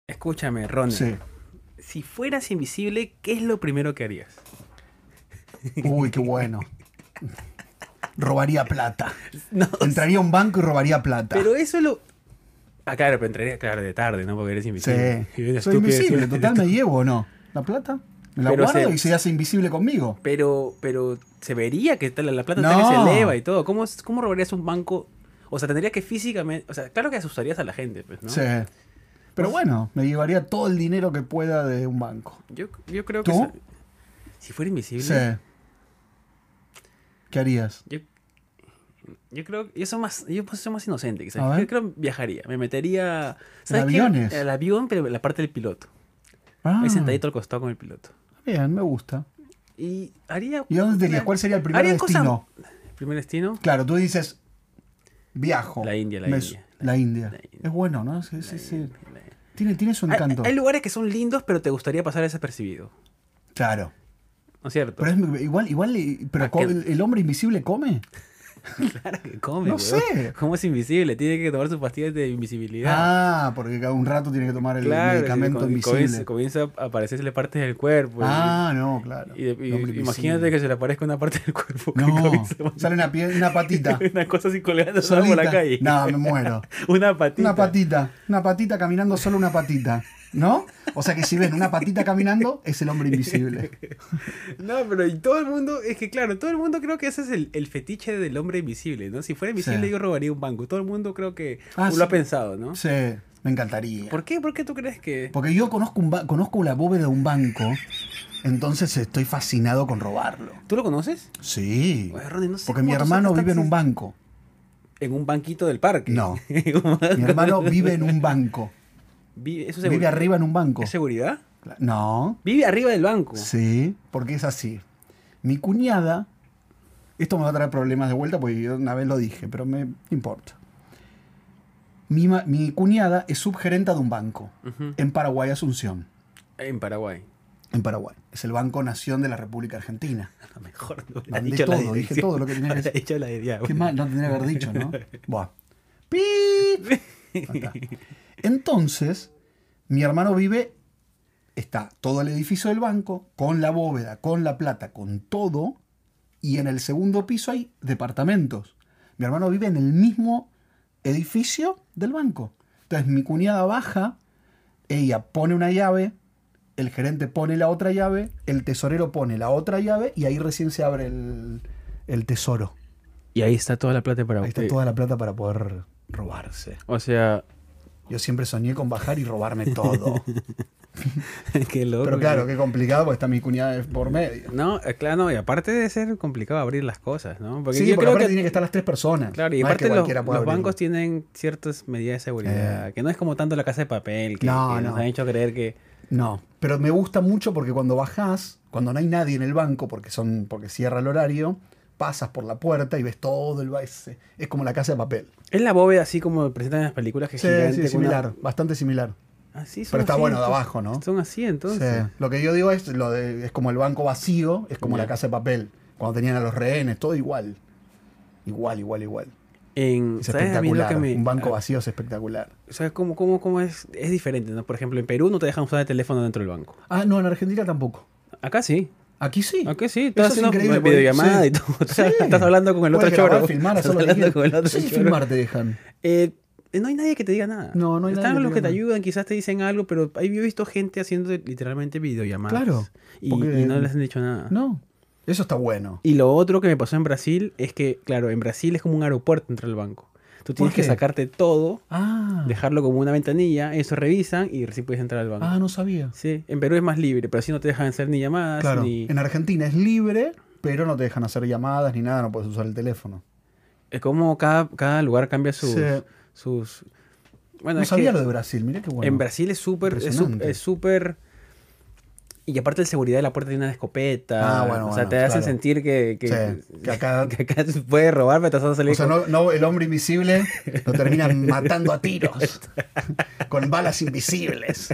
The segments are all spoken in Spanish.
Escúchame, Ronnie. Sí. Si fueras invisible, ¿qué es lo primero que harías? Uy, qué bueno. Robaría plata. No, Entraría a un banco y robaría plata. pero eso lo... Ah, claro, pero entraría, claro, de tarde, ¿no? Porque eres invisible. Sí. Y vienes Soy tú que- invisible. que- Total, ¿me llevo o no? ¿La plata? Me la Pero guardo se- y se hace invisible conmigo. Pero se vería que la plata No. tal vez se eleva y todo. ¿Cómo robarías un banco? O sea, tendrías que físicamente... O sea, claro que asustarías a la gente, pues, ¿no? Sí. Pero bueno, me llevaría todo el dinero que pueda de un banco. Yo creo que... ¿Tú? Si fuera invisible... Sí. ¿Qué harías? Yo creo que yo pues soy más inocente, quizás. A ver. Yo creo que viajaría. Me metería... ¿En aviones? El avión, pero la parte del piloto. Ah, Ahí sentadito al costado con el piloto. bien, me gusta. Y haría... ¿Y a dónde te irías? ¿Cuál sería el primer haría destino? ¿El primer destino? Claro, tú dices, viajo. La India, la Me- India. La India. La India. Es bueno, ¿no? Sí, sí, sí. La- Tiene su encanto. Hay lugares que son lindos, pero te gustaría pasar desapercibido. Claro. ¿No es cierto? Pero es igual, pero Ah, que- ¿el hombre invisible come? Claro que come, No weón. sé. ¿Cómo es invisible? Tiene que tomar sus pastillas de invisibilidad. Ah, porque cada un rato tiene que tomar el medicamento invisible. Comienza a aparecerle partes del cuerpo. Ah, no, claro. Y El hombre imagínate invisible. que se le aparezca una parte del cuerpo. que No, comienza a- sale una patita. una cosa así colgando sola por la Solita. calle. No, me muero. Una patita. Una patita caminando, solo una patita. ¿No? O sea que si ven una patita caminando, es el hombre invisible. No, pero y todo el mundo, es que claro, todo el mundo creo que ese es el fetiche del hombre invisible, ¿no? Si fuera invisible Sí. yo robaría un banco. Todo el mundo creo que Ah, lo sí. ha pensado, ¿no? Sí, me encantaría. ¿Por qué? ¿Por qué tú crees que...? Porque yo conozco la bóveda de un banco, entonces estoy fascinado con robarlo. ¿Tú lo conoces? Sí. Oye, Ronnie, no sé Porque cómo mi tú hermano sacas vive en un taxis. banco. En un banquito del parque. No. Mi hermano vive en un banco. ¿Eso Vive arriba en un banco. ¿Es seguridad? No. Vive arriba del banco. Sí, porque es así. Mi cuñada, esto me va a traer problemas de vuelta porque yo una vez lo dije, pero me importa. Mi cuñada es subgerenta de un banco Ujú. en Paraguay, Asunción, En Paraguay. en Paraguay. Es el Banco Nación de la República Argentina. A lo mejor no hubiera Mandé dicho la todo, dije dirección. todo lo que tenía que Hubiera decir. dicho la de Qué mal, no tendría que haber dicho, ¿no? Buah. ¡Pip! Ahí está. Entonces, mi hermano está todo el edificio del banco, con la bóveda, con la plata, con todo, y en el segundo piso hay departamentos. Mi hermano vive en el mismo edificio del banco. Entonces mi cuñada baja, ella pone una llave, el gerente pone la otra llave, el tesorero pone la otra llave y ahí recién se abre el tesoro. Y ahí está toda la plata para Ahí está toda la plata para poder robarse. O sea, Yo siempre soñé con bajar y robarme todo. qué loco. Pero claro, qué complicado porque está mi cuñada por medio. No, claro, no, y aparte de ser complicado abrir las cosas, ¿no? Porque Sí, yo porque creo aparte que... tienen que estar las tres personas. Claro, y No es aparte que cualquiera pueda los abrirlo. bancos tienen ciertas medidas de seguridad, que no es como tanto la casa de papel, que No, nos no. han hecho creer que... No, pero me gusta mucho porque cuando bajás, cuando no hay nadie en el banco, porque cierra el horario, pasas por la puerta y ves todo el es como la casa de papel. Es la bóveda así como presentan en las películas, que es Sí, gigante. sí, con similar, bastante similar. Ah, sí, son Pero está así, bueno de entonces. abajo, ¿no? Son así entonces. Sí. Lo que yo digo es es como el banco vacío, es como Ya. la casa de papel. Cuando tenían a los rehenes, todo igual. Igual. En, Es ¿sabes a mí lo espectacular. que me... Un banco vacío es espectacular. ¿Sabes cómo es diferente, ¿no? Por ejemplo, en Perú no te dejan usar el teléfono dentro del banco. Ah, no, en Argentina tampoco. Acá sí. Aquí sí. Acá sí. Eso Estás es haciendo increíble, videollamada porque- y todo. Sí. Estás hablando con el otro Puedes grabar, choro. filmar, hacer Estás lo que hablando quieras. con el otro No sé si choro. filmar te dejan. No hay nadie que te diga nada. No hay Están nadie los que que te te diga ayudan, quizás te dicen algo, pero yo he visto gente haciendo literalmente videollamadas. Claro, Y, porque- y no les han dicho nada. No. Eso está bueno. Y lo otro que me pasó en Brasil es que, claro, en Brasil es como un aeropuerto dentro del banco. Tú tienes que qué? sacarte todo, Ah. dejarlo como una ventanilla, eso revisan y recién puedes entrar al banco. Ah, no sabía. Sí, en Perú es más libre, pero así no te dejan hacer ni llamadas, Claro. ni... En Argentina es libre, pero no te dejan hacer llamadas ni nada, no puedes usar el teléfono. Es como cada lugar cambia sus... Sí. sus... Bueno, No es sabía que lo de Brasil, mira qué bueno. en Brasil es súper... Impresionante. Es súper... Y aparte de seguridad, la puerta tiene una escopeta. Ah, bueno, o sea, bueno, te hacen claro. sentir que Sí, que acá- que acá se puede robar, pero te vas a salir O sea, no, el hombre invisible lo terminan matando a tiros. Con balas invisibles.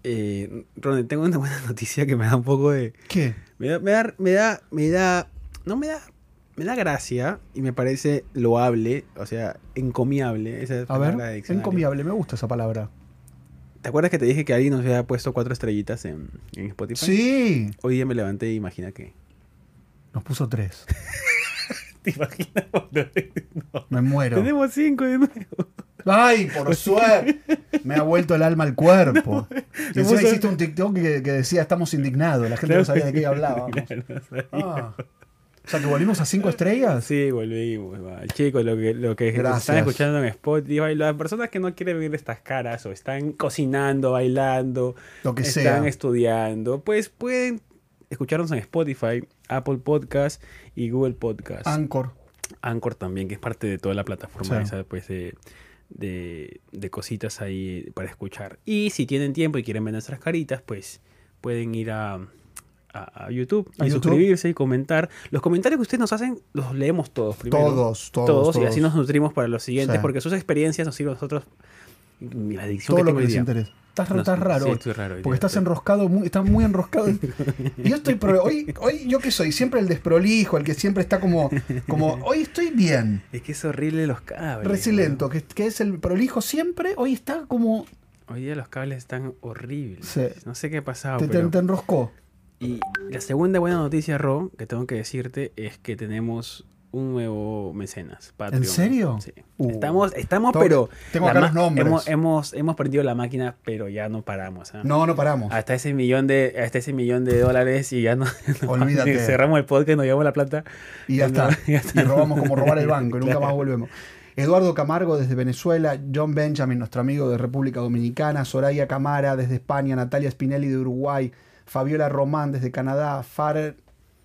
Ronald, tengo una buena noticia que me da un poco de... ¿Qué? Me da gracia y me parece loable, o sea, encomiable. Esa A palabra de ver, diccionario. encomiable, me gusta esa palabra. ¿Te acuerdas que te dije que alguien nos había puesto 4 estrellitas en Spotify? Sí. Hoy día me levanté y imagina que... Nos puso 3. ¿Te imaginas? No. Me muero. Tenemos 5 de nuevo. ¡Ay, por suerte! Me ha vuelto el alma al cuerpo. Y encima puso- hiciste un TikTok que decía estamos indignados. La gente no sabía de qué hablábamos. Claro, no sabía. Ah. O sea, que volvimos a 5 estrellas. Sí, volvimos. Va. Chicos, lo que Gracias. están escuchando en Spotify, las personas que no quieren ver estas caras o están cocinando, bailando, Lo que están sea. estudiando, pues pueden escucharnos en Spotify, Apple Podcast y Google Podcast. Anchor. Anchor también, que es parte de toda la plataforma Sí. esa, pues, de cositas ahí para escuchar. Y si tienen tiempo y quieren ver nuestras caritas, pues pueden ir a YouTube A y YouTube. suscribirse y comentar. Los comentarios que ustedes nos hacen, los leemos todos primero. Todos. Y así nos nutrimos para los siguientes, Sí. porque sus experiencias nos sirven a nosotros. La adicción Todo que lo tengo que hoy les día. interesa. Estás No sé, raro. sí, hoy, estoy raro hoy porque día, estás estoy- enroscado, estás muy enroscado. Y yo estoy hoy yo que soy siempre el desprolijo, el que siempre está como hoy estoy bien. Es que es horrible los cables. Resilento, que es el prolijo siempre, hoy está como Hoy día los cables están horribles. Sí. No sé qué ha pasado, te pero... enroscó. Y la segunda buena noticia, Ro, que tengo que decirte, es que tenemos un nuevo mecenas, Patreon. ¿En serio? Sí. Uh. Estamos, Tengo- pero... tengo la acá ma- los nombres. Hemos perdido la máquina, pero ya no paramos. ¿Ah? No paramos. Hasta ese millón de dólares y ya no... Olvídate. Cerramos el podcast, nos llevamos la plata. Y ya está. Ya está. Y robamos como robar el banco y nunca Claro. más volvemos. Eduardo Camargo desde Venezuela, John Benjamin, nuestro amigo de República Dominicana, Soraya Camara desde España, Natalia Spinelli de Uruguay, Fabiola Román desde Canadá, Farig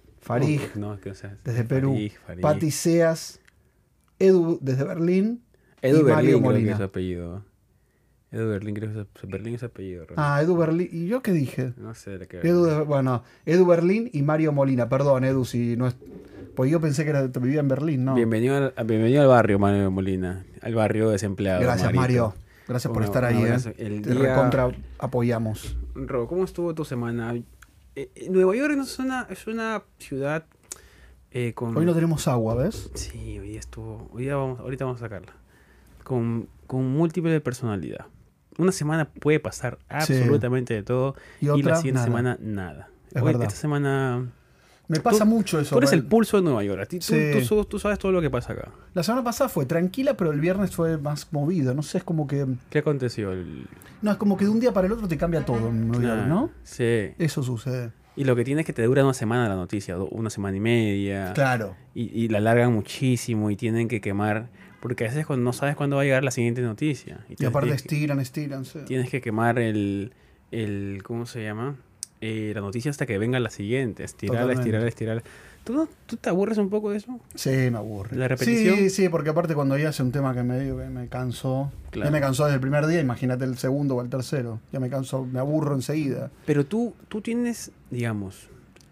No, que, o sea, desde Perú, Farig. Patti Seas, Edu desde Berlín Edu y Mario Berlín creo que Molina. es su apellido. Edu Berlín creo que Berlín es su apellido. Ro. Edu Berlín. ¿Y yo qué dije? No sé de qué... Edu Berlín y Mario Molina. Perdón, Edu, si no es... Pues yo pensé que vivía en Berlín, ¿no? Bienvenido al barrio, Mario Molina. Al barrio desempleado. Gracias, Marito. Mario. Gracias por Un estar ahí, abrazo. ¿eh? El Te día- recontra apoyamos. Ro, ¿cómo estuvo tu semana? Nueva York no es una ciudad con... Hoy no tenemos agua, ¿ves? Sí, hoy día estuvo... Ahorita vamos a sacarla. Con múltiple personalidad. Una semana puede pasar absolutamente de todo. Y Y otra, la siguiente nada. semana, nada. Es Hoy, verdad. esta semana... Me pasa mucho eso. Tú eres el Ren. pulso de Nueva York. A ti, Sí. tú sabes todo lo que pasa acá. La semana pasada fue tranquila, pero el viernes fue más movido. No sé, es como que... ¿Qué aconteció? No, es como que de un día para el otro te cambia todo en Nueva York, ¿no? Sí. Eso sucede. Y lo que tiene es que te dura una semana la noticia, una semana y media. Claro. Y la alargan muchísimo y tienen que quemar. Porque a veces no sabes cuándo va a llegar la siguiente noticia. Y aparte tienes estiran, sí. tienes que quemar el ¿cómo se llama? La noticia hasta que venga la siguiente. Estirarla. ¿Tú te aburres un poco de eso? Sí, me aburre. ¿La repetición? Sí, porque aparte cuando ya hace un tema que me cansó. Claro. Ya me cansó desde el primer día, imagínate el segundo o el tercero. Ya me canso, me aburro enseguida. Pero tú tienes, digamos,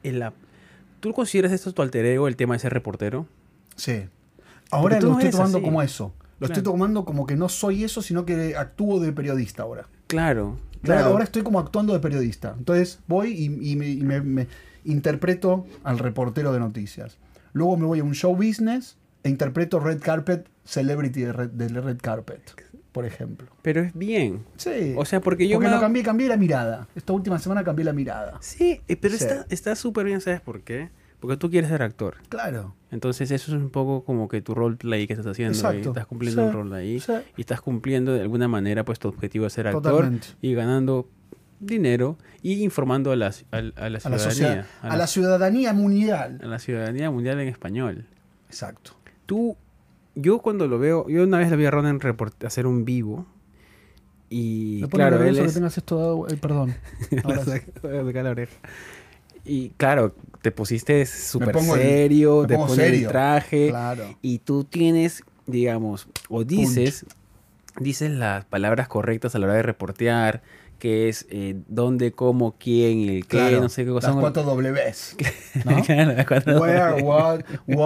¿tú consideras esto tu alter ego, el tema de ser reportero? Sí. Ahora tú lo no estoy eres tomando así. como eso. Lo estoy Claro. tomando como que no soy eso, sino que actúo de periodista ahora. Claro. Claro. Ahora estoy como actuando de periodista. Entonces voy y me interpreto al reportero de noticias. Luego me voy a un show business e interpreto Red Carpet, Celebrity del Red Carpet, por ejemplo. Pero es bien. Sí. O sea, porque yo Porque me... no cambié la mirada. Esta última semana cambié la mirada. Sí, pero Sí. está súper bien, ¿sabes por qué? Porque tú quieres ser actor. Claro. Entonces eso es un poco como que tu roleplay que estás haciendo. Exacto. Y estás cumpliendo Sí, un rol ahí. sí. Y estás cumpliendo de alguna manera pues tu objetivo de ser actor. Totalmente. Y ganando dinero y informando a la ciudadanía. A la ciudadanía mundial. a la ciudadanía mundial en español. Exacto. Yo cuando lo veo, yo una vez lo vi a Ronan hacer un vivo. Y Me pone claro, él nervioso que es... tengas esto dado. Perdón. Ahora sí. Saca la oreja. Y claro, te pusiste súper pongo el- serio, me te pongo pones el serio. traje Claro. y tú tienes, digamos, o dices las palabras correctas a la hora de reportear, que es dónde, cómo, quién, el qué, Claro, no sé qué las cosa. 4 Ws. ¿no? Claro, las cuatro Where, W.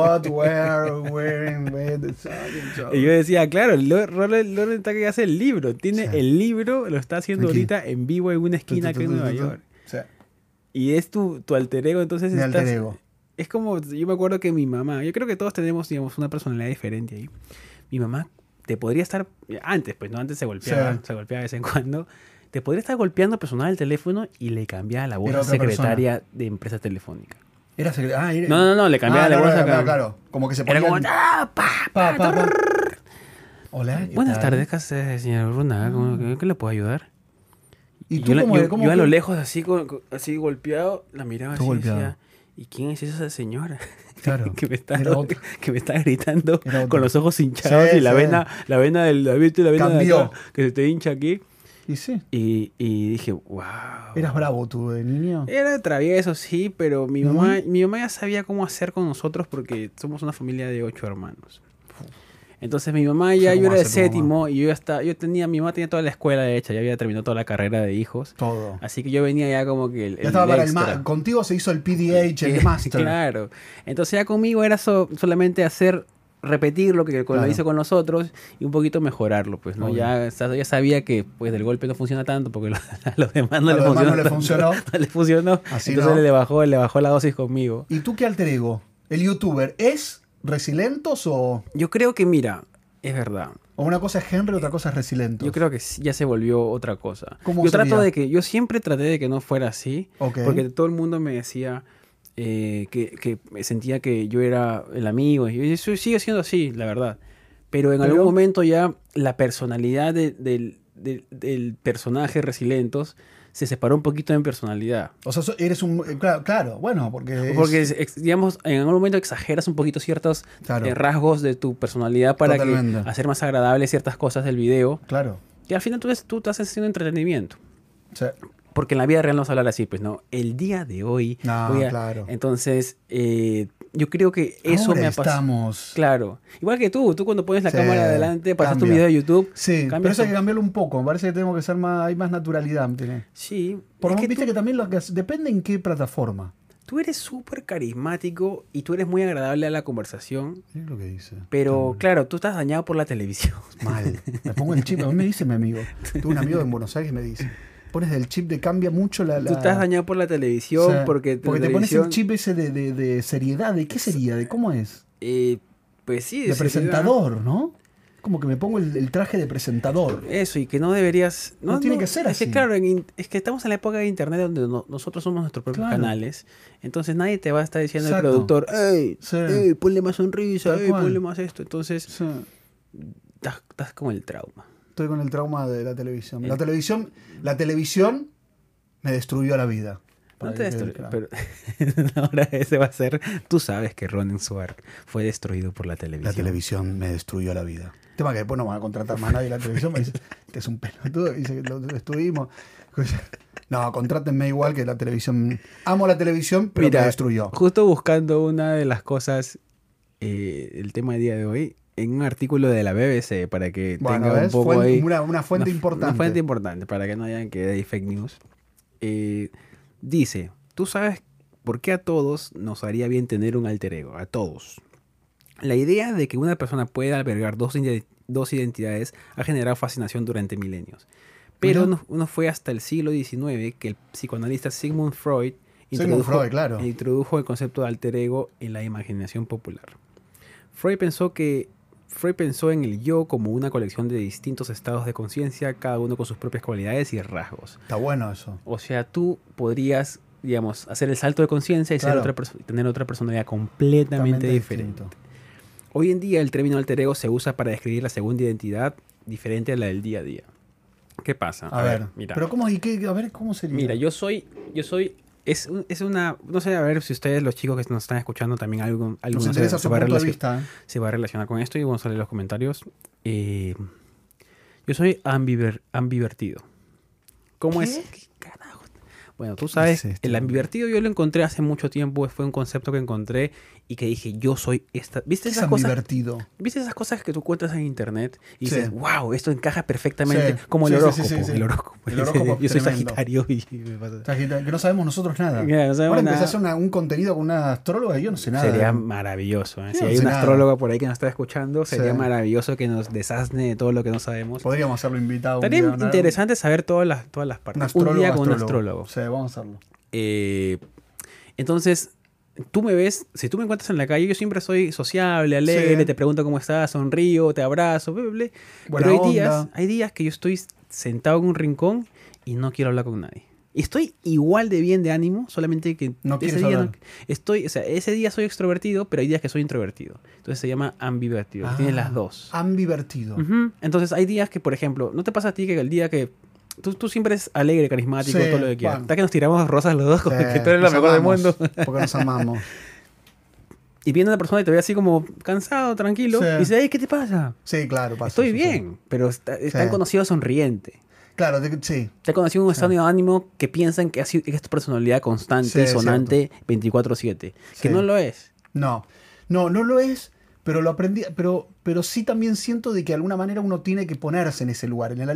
where, and where, the sun and so. Y yo decía, claro, Loren está que hace el libro. Tiene Sí. el libro, lo está haciendo Aquí. ahorita en vivo en una esquina acá en Nueva York. Sí, Y es tu alter ego, entonces mi estás... alter ego. Es como, yo me acuerdo que mi mamá, yo creo que todos tenemos, digamos, una personalidad diferente ahí. Mi mamá te podría estar, antes, pues no, antes se golpeaba, Sí. se golpeaba de vez en cuando, te podría estar golpeando personal al teléfono y le cambiaba la voz Era a otra secretaria de empresa telefónica. Era secretario. No, le cambiaba la voz acá. Claro, como que se ponía. Era como, ¡ah! Pa, pa, pa. Hola, ¿qué Buenas tal? tardes, ¿qué hace, señor Runa? ¿Qué le puedo ayudar? ¿Y Y tú yo, cómo, yo- cómo yo a lo que- lejos, así golpeado, la miraba Tú así y golpeado. decía, ¿y quién es esa señora? Claro. que, me está, Era otro. que me está gritando Era otro. con los ojos hinchados Sí, y la sí. vena del la vena de Cambió. acá, que se te hincha aquí. Y sí, Y dije, wow. eras bravo tú de niño. Era travieso, sí, pero mi mamá ya sabía cómo hacer con nosotros porque somos una familia de 8 hermanos. Entonces mi mamá ya, sé yo cómo era el hace tu séptimo y mi mamá tenía toda la escuela hecha, ya había terminado toda la carrera de hijos. Todo. Así que yo venía ya como que el Ya estaba para el extra. contigo se hizo el PDH, el Master. Claro. Entonces ya conmigo era solamente repetir lo que Claro. lo hice con los otros y un poquito mejorarlo, pues, ¿no? Obvio. Ya sabía que pues del golpe no funciona tanto porque a los demás no A le los demás funcionó. no le tanto. funcionó. No le funcionó. Así Entonces no. le bajó la dosis conmigo. ¿Y tú qué alter ego? ¿El youtuber es Resilentos o Yo creo que, mira, es verdad. una cosa es Henry, otra cosa es Resilentos? Yo creo que sí, ya se volvió otra cosa. ¿Cómo Yo sería? yo siempre traté de que no fuera así, Ok. porque todo el mundo me decía que sentía que yo era el amigo. Y yo sigo siendo así, la verdad. Pero en algún momento ya la personalidad del personaje Resilentos se separó un poquito de mi personalidad. O sea, eres un... Claro, bueno, porque... Porque, digamos, en algún momento exageras un poquito ciertos Claro. rasgos de tu personalidad para Totalmente. hacer más agradable ciertas cosas del video. Claro. Y al final tú estás haciendo entretenimiento. Sí. Porque en la vida real no vas a hablar así, pues no. El día de hoy. No, claro. Entonces, yo creo que eso Ahora me ha pasado. estamos... Claro. Igual que tú cuando pones la Sí, cámara adelante, pasas tu cambia. video de YouTube. Sí, cambia pero eso hay que todo. cambiarlo un poco. Me parece que tenemos que ser más... Hay más naturalidad. ¿Entiendes? Sí. Por es que viste que también depende en qué plataforma. tú eres súper carismático y tú eres muy agradable a la conversación. Es lo que dice. Pero, claro, tú estás dañado por la televisión. Mal. Me pongo el chip. A mí me dice mi amigo. Tuve un amigo en Buenos Aires que me dice. Pones el chip de cambia mucho la... Tú estás dañado por la televisión Sí, porque te pones el chip ese de seriedad. ¿De qué sería? ¿De cómo es? pues sí, De seriedad. presentador, ¿no? Como que me pongo el traje de presentador. Eso, y que no deberías... No tiene que ser es así. Que, claro, es que estamos en la época de internet donde nosotros somos nuestros propios Claro. canales. Entonces nadie te va a estar diciendo Exacto. al productor, ¡ey! Sí. ¡Ey! Ponle más sonrisa, Tal ¡ey! cual. Ponle más esto. Entonces, Sí. estás con el trauma. Estoy con el trauma de la televisión. La televisión me destruyó la vida. No Para te que quede destruye, claro. pero ahora ese va a ser... Tú sabes que Ronen Swark fue destruido por la televisión. La televisión me destruyó la vida. Tema que después no van a contratar más nadie en la televisión. Me dice, este es un pelotudo. Dice que lo destruimos. No, contrátenme igual que la televisión. Amo la televisión, pero me destruyó. Justo buscando una de las cosas, el tema del día de hoy, en un artículo de la BBC, para que Bueno, tenga un ¿ves? poco ahí... Una fuente importante. Una fuente importante, para que no hayan que hay fake news. Dice, ¿tú sabes por qué a todos nos haría bien tener un alter ego? A todos. La idea de que una persona pueda albergar dos identidades ha generado fascinación durante milenios. Pero no fue hasta el siglo XIX que el psicoanalista Sigmund Freud introdujo el concepto de alter ego en la imaginación popular. Freud pensó en el yo como una colección de distintos estados de conciencia, cada uno con sus propias cualidades y rasgos. Está bueno eso. O sea, tú podrías, digamos, hacer el salto de conciencia y Claro. tener otra personalidad completamente diferente. distinto. Hoy en día el término alter ego se usa para describir la segunda identidad diferente a la del día a día. ¿Qué pasa? A ver, mira. pero ¿cómo, a ver, ¿cómo sería? Mira, es una, no sé, a ver si ustedes, los chicos que nos están escuchando, también Nos alguno interesa su punto de vista. se va a relacionar con esto y vamos a leer los comentarios. Yo soy ambivertido. ¿Cómo ¿Qué? es? ¿Qué carajo? Bueno, tú sabes, Sí, el ambivertido yo lo encontré hace mucho tiempo, fue un concepto que encontré y que dije, yo soy esta. ¿Viste Es esas cosas? divertido. ¿Viste esas cosas que tú cuentas en internet y Sí. dices, wow, esto encaja perfectamente? Sí. Como Sí, el sí, horóscopo. sí, sí, sí. El horóscopo. El horóscopo Yo soy tremendo. Sagitario y me pasa. Que no sabemos nosotros nada. Ya, no sabemos Ahora empecé nada. a hacer un contenido con una astróloga y yo no sé nada. Sería maravilloso. Yo Si no hay sé un nada. astrólogo por ahí que nos está escuchando, sería Sí. maravilloso que nos desasne de todo lo que no sabemos. Podríamos hacerlo invitado. un Estaría día, interesante saber todas las Un partes. astrólogo, Un día con un astrólogo. Sí, vamos a hacerlo. Entonces, tú me ves, si tú me encuentras en la calle, yo siempre soy sociable, alegre, Sí. te pregunto cómo estás, sonrío, te abrazo, bla, bla, bla. Buena Pero onda. hay días que yo estoy sentado en un rincón y no quiero hablar con nadie. Y estoy igual de bien de ánimo, solamente que No ese quieres día hablar. ese día soy extrovertido, pero hay días que soy introvertido. Entonces se llama ambivertido, que tienes las dos. Ambivertido. Ujú. Entonces hay días que, por ejemplo, ¿no te pasa a ti que el día que tú siempre eres alegre, carismático, Sí, todo lo que quieras? bueno. Hasta que nos tiramos rosas los dos, como Sí, que tú eres la nos mejor del amamos, mundo. Porque nos amamos. Y viene una persona y te ve así como cansado, tranquilo, Sí. y dice, hey, ¿qué te pasa? Sí, claro, pasa. Estoy eso, sí. bien, pero está Sí. conocido sonriente. Claro, sí. Te ha conocido un estado de ánimo que piensan que es tu personalidad constante Sí, y es sonante 24/7. Que Sí. no lo es. No, no lo es, pero lo aprendí, pero sí también siento de que de alguna manera uno tiene que ponerse en ese lugar. El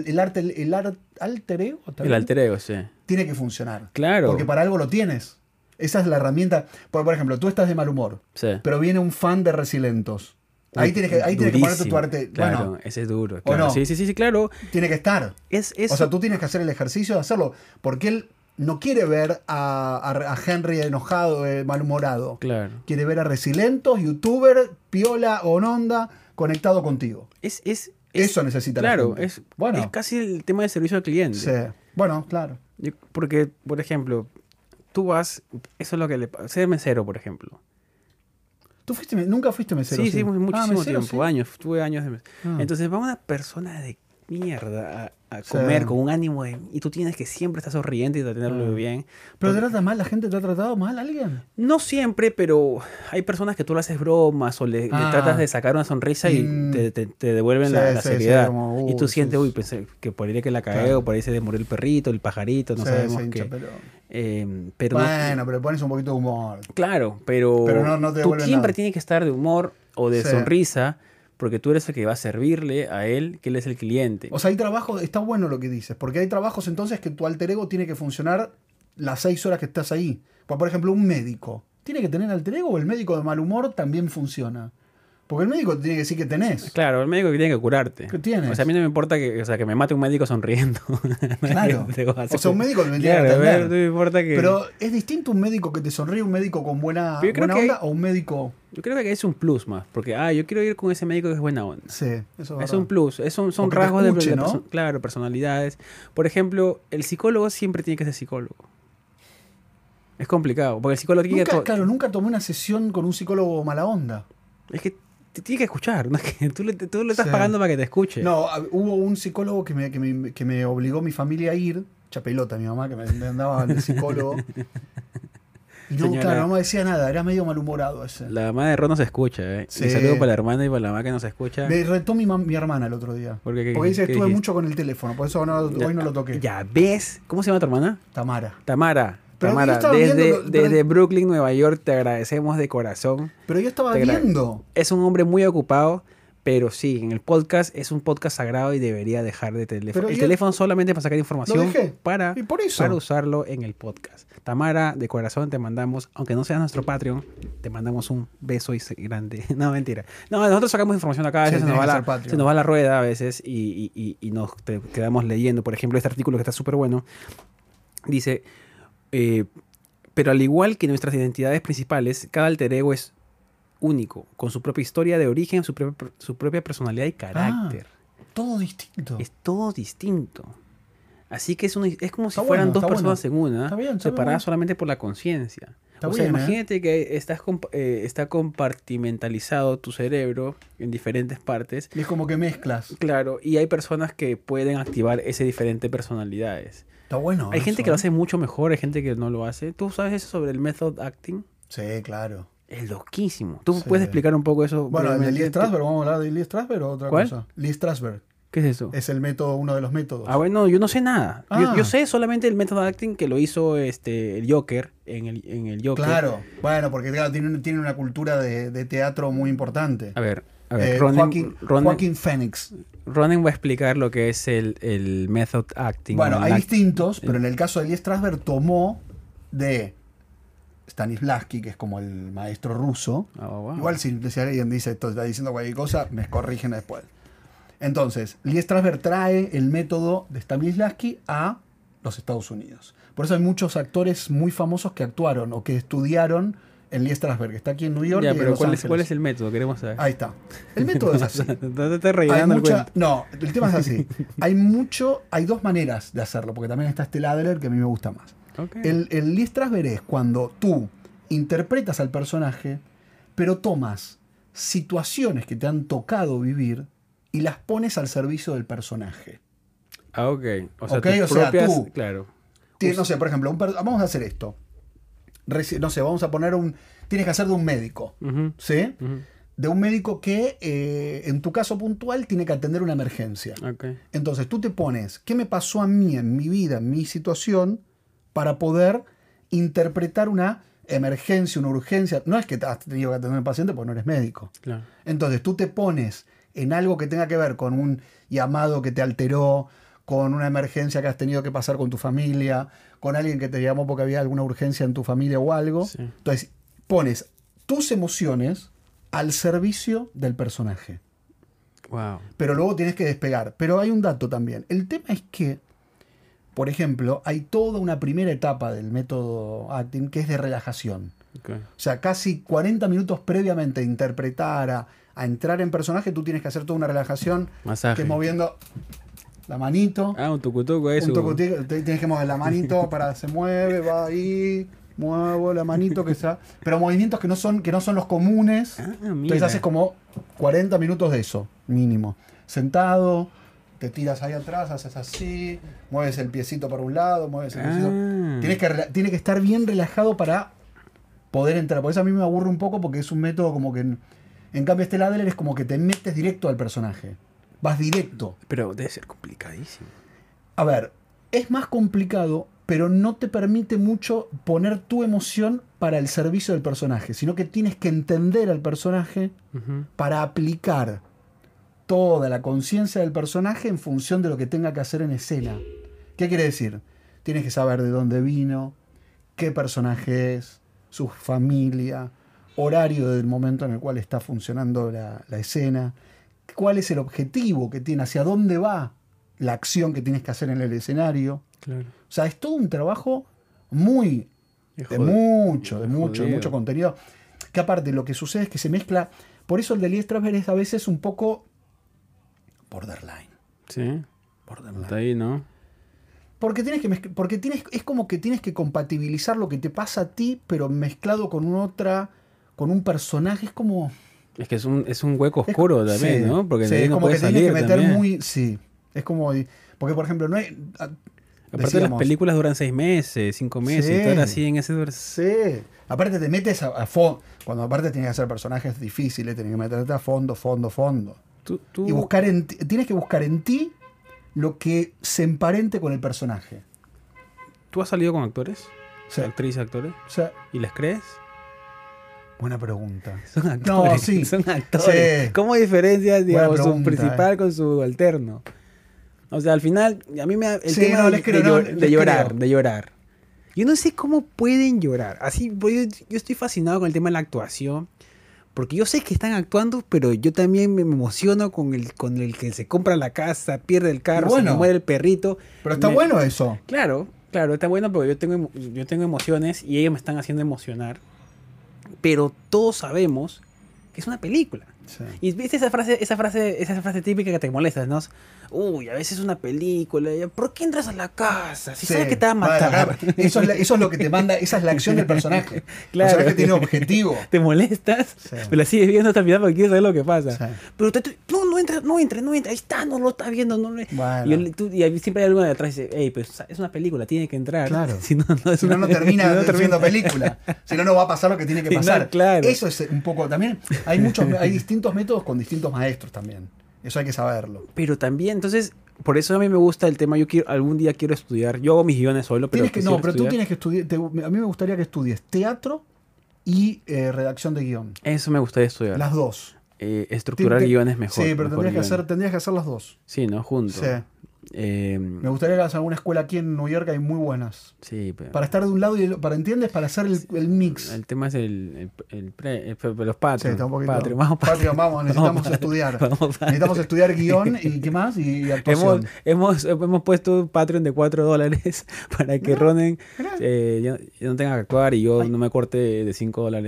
alter ego, ¿está El bien? alter ego, sí. Tiene que funcionar. Claro. Porque para algo lo tienes. Esa es la herramienta. Por ejemplo, tú estás de mal humor, Sí. pero viene un fan de Resilientos. Ahí tienes que ponerte tu arte. Claro, Bueno, ese es duro. ¿o Claro. no? Sí, claro. tiene que estar. Es O sea, tú tienes que hacer el ejercicio de hacerlo. Porque él no quiere ver a Henry enojado, malhumorado. Claro. Quiere ver a Resilientos, youtuber, piola o onda, conectado contigo. Eso necesita la claro, gente. Bueno. es casi el tema de servicio al cliente. Sí. Bueno, claro. Porque, por ejemplo, tú vas, eso es lo que le pasa. Ser mesero, por ejemplo. ¿Tú nunca fuiste mesero? Sí, muchísimo mesero, tiempo, sí. años, tuve años de mesero. Ah. Entonces va una persona de mierda a Sí. comer con un ánimo y tú tienes que siempre estar sonriente y tenerlo bien. ¿Pero te trata mal? ¿La gente te ha tratado mal a alguien? No siempre, pero hay personas que tú le haces bromas o le tratas de sacar una sonrisa y te devuelven Sí, la sí, seriedad. sí, como, y tú uy, sientes, sí, uy, pensé que por ahí que la cagué Claro. o por ahí se le murió el perrito, el pajarito, no Sí, sabemos sí, qué. hincha, Pero no- bueno, pero le pones un poquito de humor. claro, pero no te tú devuelven siempre nada. tienes que estar de humor o de Sí. sonrisa porque tú eres el que va a servirle a él, que él es el cliente. O sea, hay trabajo, está bueno lo que dices, porque hay trabajos entonces que tu alter ego tiene que funcionar las 6 horas que estás ahí. Por ejemplo, un médico. ¿Tiene que tener alter ego o el médico de mal humor también funciona? Porque el médico te tiene que decir que tenés. Claro, el médico que tiene que curarte. ¿Qué tienes? O sea, a mí no me importa que me mate un médico sonriendo. Claro. Te va a hacer- O sea, un médico me tiene que Claro, a ver, atender. no me importa que... Pero es distinto un médico que te sonríe, un médico con buena Pero yo creo que- onda o un médico... Yo creo que es un plus más, porque yo quiero ir con ese médico que es buena onda. Sí, eso es Es verdad. un plus, son O que te rasgos escuche, de ¿no? claro, personalidades. Por ejemplo, el psicólogo siempre tiene que ser psicólogo. Es complicado, porque el psicólogo tiene que... Nunca tomé una sesión con un psicólogo mala onda. Es que te tiene que escuchar, ¿no? Es que tú le estás Sí. pagando para que te escuche. No, hubo un psicólogo que me obligó mi familia a ir, chapelota mi mamá, que me andaba al psicólogo. Y no, Señora. claro, no me decía nada, era medio malhumorado ese. La mamá de Ron nos escucha, ¿eh? Sí. Y saludo para la hermana y para la mamá que nos escucha. Me retó mi hermana el otro día. ¿Por qué? Porque dice que ¿Qué estuve dijiste? mucho con el teléfono, por eso hoy no lo toqué. Ya ves. ¿Cómo se llama tu hermana? Tamara. Tamara. Pero yo Tamara, estaba desde, viendo desde Brooklyn, Nueva York, te agradecemos de corazón. Pero yo estaba Te viendo. Es un hombre muy ocupado, pero sí, en el podcast es un podcast sagrado y debería dejar de teléfono. Pero El yo- teléfono solamente para sacar información, Lo dejé. para, Y por eso. para usarlo en el podcast. Tamara, de corazón te mandamos, aunque no seas nuestro Patreon, te mandamos un beso grande. No, mentira. No, nosotros sacamos información acá, a veces Sí, se, nos tiene va que la, ser Patreon. se nos va la rueda a veces y nos quedamos leyendo. Por ejemplo, este artículo que está súper bueno. Dice... pero al igual que nuestras identidades principales, cada alter ego es único, con su propia historia de origen, su propia personalidad y carácter. Todo distinto. Es todo distinto. Así que es como si Está fueran bueno, dos está personas en una, Está bien, está separadas bien. solamente por la conciencia. Está O sea, bien, imagínate que está compartimentalizado tu cerebro en diferentes partes. Y es como que mezclas. Claro, y hay personas que pueden activar esas diferentes personalidades. Está bueno. Hay gente eso, que lo ¿eh? hace mucho mejor, hay gente que no lo hace. ¿Tú sabes eso sobre el method acting? Sí, claro. Es loquísimo. ¿Tú Sí. puedes explicar un poco eso? Bueno, el de Lee brevemente? Strasberg, vamos a hablar de Lee Strasberg o otra ¿Cuál? cosa. Lee Strasberg. ¿Qué es eso? Es el método, uno de los métodos. Ah, bueno, yo no sé nada. Ah. Yo sé solamente el método acting que lo hizo el Joker en el Joker. Claro, bueno, porque claro, tiene una cultura de teatro muy importante. A ver, Joaquín Phoenix. Ronen va a explicar lo que es el method acting. Bueno, hay distintos, pero en el caso de Lee Strasberg tomó de Stanislavski, que es como el maestro ruso. Oh, wow. Igual si alguien dice esto, está diciendo cualquier cosa, me corrigen después. Entonces, Lee Strasberg trae el método de Stanislavski a los Estados Unidos. Por eso hay muchos actores muy famosos que actuaron o que estudiaron en Lee Strasberg, que está aquí en New York. Ya, y en pero Los ¿cuál Ángeles. es el método? Queremos saber. Ahí está. El método es así. No te estés rellenando el cuento. No, el tema es así. Hay dos maneras de hacerlo, porque también está este Adler que a mí me gusta más. Okay. El Lee Strasberg es cuando tú interpretas al personaje, pero tomas situaciones que te han tocado vivir y las pones al servicio del personaje. Ah, ok. O sea, Okay, tus o sea, propias... tú- Claro. No sé, por ejemplo, vamos a hacer esto. No sé, vamos a poner tienes que hacer de un médico, Ujú, ¿sí? ujú. De un médico que, en tu caso puntual, tiene que atender una emergencia. Ok. Entonces tú te pones, ¿qué me pasó a mí en mi vida, en mi situación, para poder interpretar una emergencia, una urgencia? No es que has tenido que atender a un paciente porque no eres médico. Claro. Entonces tú te pones en algo que tenga que ver con un llamado que te alteró, con una emergencia que has tenido que pasar con tu familia, con alguien que te llamó porque había alguna urgencia en tu familia o algo. Sí. Entonces pones tus emociones al servicio del personaje. Wow. Pero luego tienes que despegar. Pero hay un dato también. El tema es que, por ejemplo, hay toda una primera etapa del método acting que es de relajación. Okay. O sea, casi 40 minutos previamente de interpretar, a entrar en personaje, tú tienes que hacer toda una relajación. Masaje. Que es moviendo la manito. Ah, un tucutuco eso. Un tocotico, tienes que mover la manito para se mueve, va ahí, muevo la manito que sea. Pero movimientos que no son los comunes. Ah, Entonces mira. haces como 40 minutos de eso, mínimo. Sentado, te tiras ahí atrás, haces así, mueves el piecito para un lado, mueves el piecito. Ah. Tiene que estar bien relajado para poder entrar. Por eso a mí me aburre un poco porque es un método como que... En cambio este Adler es como que te metes directo al personaje. Vas directo. Pero debe ser complicadísimo. A ver, es más complicado, pero no te permite mucho poner tu emoción para el servicio del personaje, sino que tienes que entender al personaje Ujú. para aplicar toda la conciencia del personaje en función de lo que tenga que hacer en escena. ¿Qué quiere decir? Tienes que saber de dónde vino, qué personaje es, su familia, horario del momento en el cual está funcionando la escena, cuál es el objetivo que tiene, hacia dónde va la acción que tienes que hacer en el escenario. Claro. O sea, es todo un trabajo muy Es de jodido. mucho contenido. Que aparte lo que sucede es que se mezcla. Por eso el de Lee Strasberg es a veces un poco borderline. Sí. Borderline. Está ahí, ¿no? Porque es como que tienes que compatibilizar lo que te pasa a ti, pero mezclado con con un personaje. Es como. Es que es un hueco oscuro también, sí, ¿no? Porque sí, de ahí es no como que puedes tienes que salir meter también. muy. Sí. Es como. Porque, por ejemplo, no hay. Aparte las películas duran 6 meses, 5 meses, Sí. y estar así en ese... Sí. Aparte te metes a fondo. Cuando aparte tienes que hacer personajes difíciles, tienes que meterte a fondo. Tú- Y tienes que buscar en ti lo que se emparente con el personaje. ¿Tú has salido con actores? Sí. Actrices, actores. O sea, ¿Y les crees? buena pregunta. Son actores. No, sí. Son actores. Sí. ¿Cómo diferencias, digamos, su pregunta, principal con su alterno? O sea, al final, a mí me da el Sí, tema no, de, les creo, de no, llor- les de llorar, creo. de llorar. Yo no sé cómo pueden llorar. Así, pues, yo estoy fascinado con el tema de la actuación. Porque yo sé que están actuando, pero yo también me emociono con el que se compra la casa, pierde el carro, Y bueno, se le muere el perrito. Pero está Me- bueno eso. Claro, está bueno porque yo tengo emociones y ellos me están haciendo emocionar. Pero todos sabemos que es una película. Sí. Y viste esa frase típica que te molesta, ¿no? Uy, a veces es una película. ¿Por qué entras a la casa? Si Sí. sabes que te va a Bueno, matar. claro, eso es lo que te manda, esa es la acción del personaje. Claro. El personaje tiene objetivo. Te molestas, Sí. pero la sigues viendo hasta el final porque quieres saber lo que pasa. Sí. Pero no entres. Ahí está, no lo está viendo. No lo... Bueno. Y ahí siempre hay alguno de atrás que dice, hey, pues es una película, tiene que entrar. Claro. Si no, no, es Si no, una- no termina si no siendo película. Si no, no va a pasar lo que tiene que Sí, no, pasar. claro. Eso es un poco. También hay distintos métodos con distintos maestros también. Eso hay que saberlo. Pero también, entonces, por eso a mí me gusta el tema. Yo quiero, algún día quiero estudiar. Yo hago mis guiones solo, pero No, pero tú tienes que estudiar. A mí me gustaría que estudies teatro y redacción de guión. Eso me gustaría estudiar. Las dos. Estructurar guiones mejor. Sí, pero mejor tendrías que hacer las dos. Sí, ¿no? Juntos. Sí. Me gustaría que hagas alguna escuela aquí en New York, hay muy buenas. Sí, pero... Para estar de un lado y ¿entiendes? Para hacer el mix. El tema es los Patreon. Sí, está un poquito. Patreon, vamos, Patreon, necesitamos estudiar. Necesitamos estudiar guión y ¿qué más? Y actuación. Hemos puesto un Patreon de $4 para que Ronen yo no tenga que actuar y yo no me corte de $5.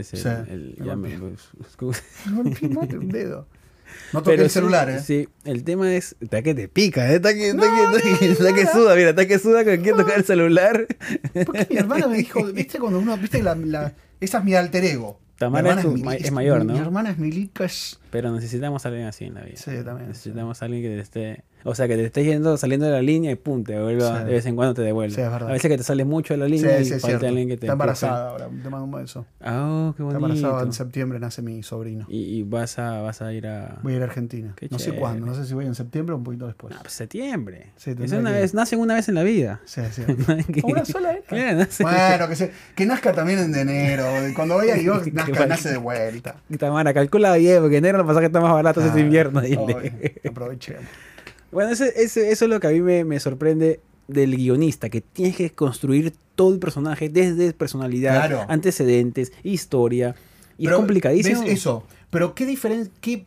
Rompí un dedo. No toques el celular, ¿eh? Sí, el tema es... Está que te pica, ¿eh? Está que suda, mira, está que suda cuando quiere tocar el celular. Porque mi hermana me dijo, ¿viste cuando uno... ¿Viste esa es mi alter ego? Tamara es mayor, ¿no? Mi hermana es Milica. Pero necesitamos a alguien así en la vida. Sí, también. Necesitamos a alguien que te esté... O sea, que te estés saliendo de la línea y pum, te vuelva, de vez en cuando te devuelve. Sí, es verdad. A veces que te sales mucho de la línea y falta alguien que te... Está embarazada ahora, te mando un beso. Ah, qué bonito. Está embarazada, en septiembre nace mi sobrino. Y vas a ir a... Voy a ir a Argentina. No sé cuándo, no sé si voy en septiembre o un poquito después. No, pues septiembre. Sí, nacen una vez en la vida. Sí. ¿Una sola era? Claro, bueno, que nazca también en enero. Cuando vaya yo, nace de vuelta. Tamara, calcula bien, porque enero los pasajes están más baratos este invierno. Aprovechemos. Bueno, eso es lo que a mí me sorprende del guionista, que tienes que construir todo el personaje desde personalidad, antecedentes, historia. Y es complicadísimo. ¿Ves eso? Pero ¿qué diferencia, qué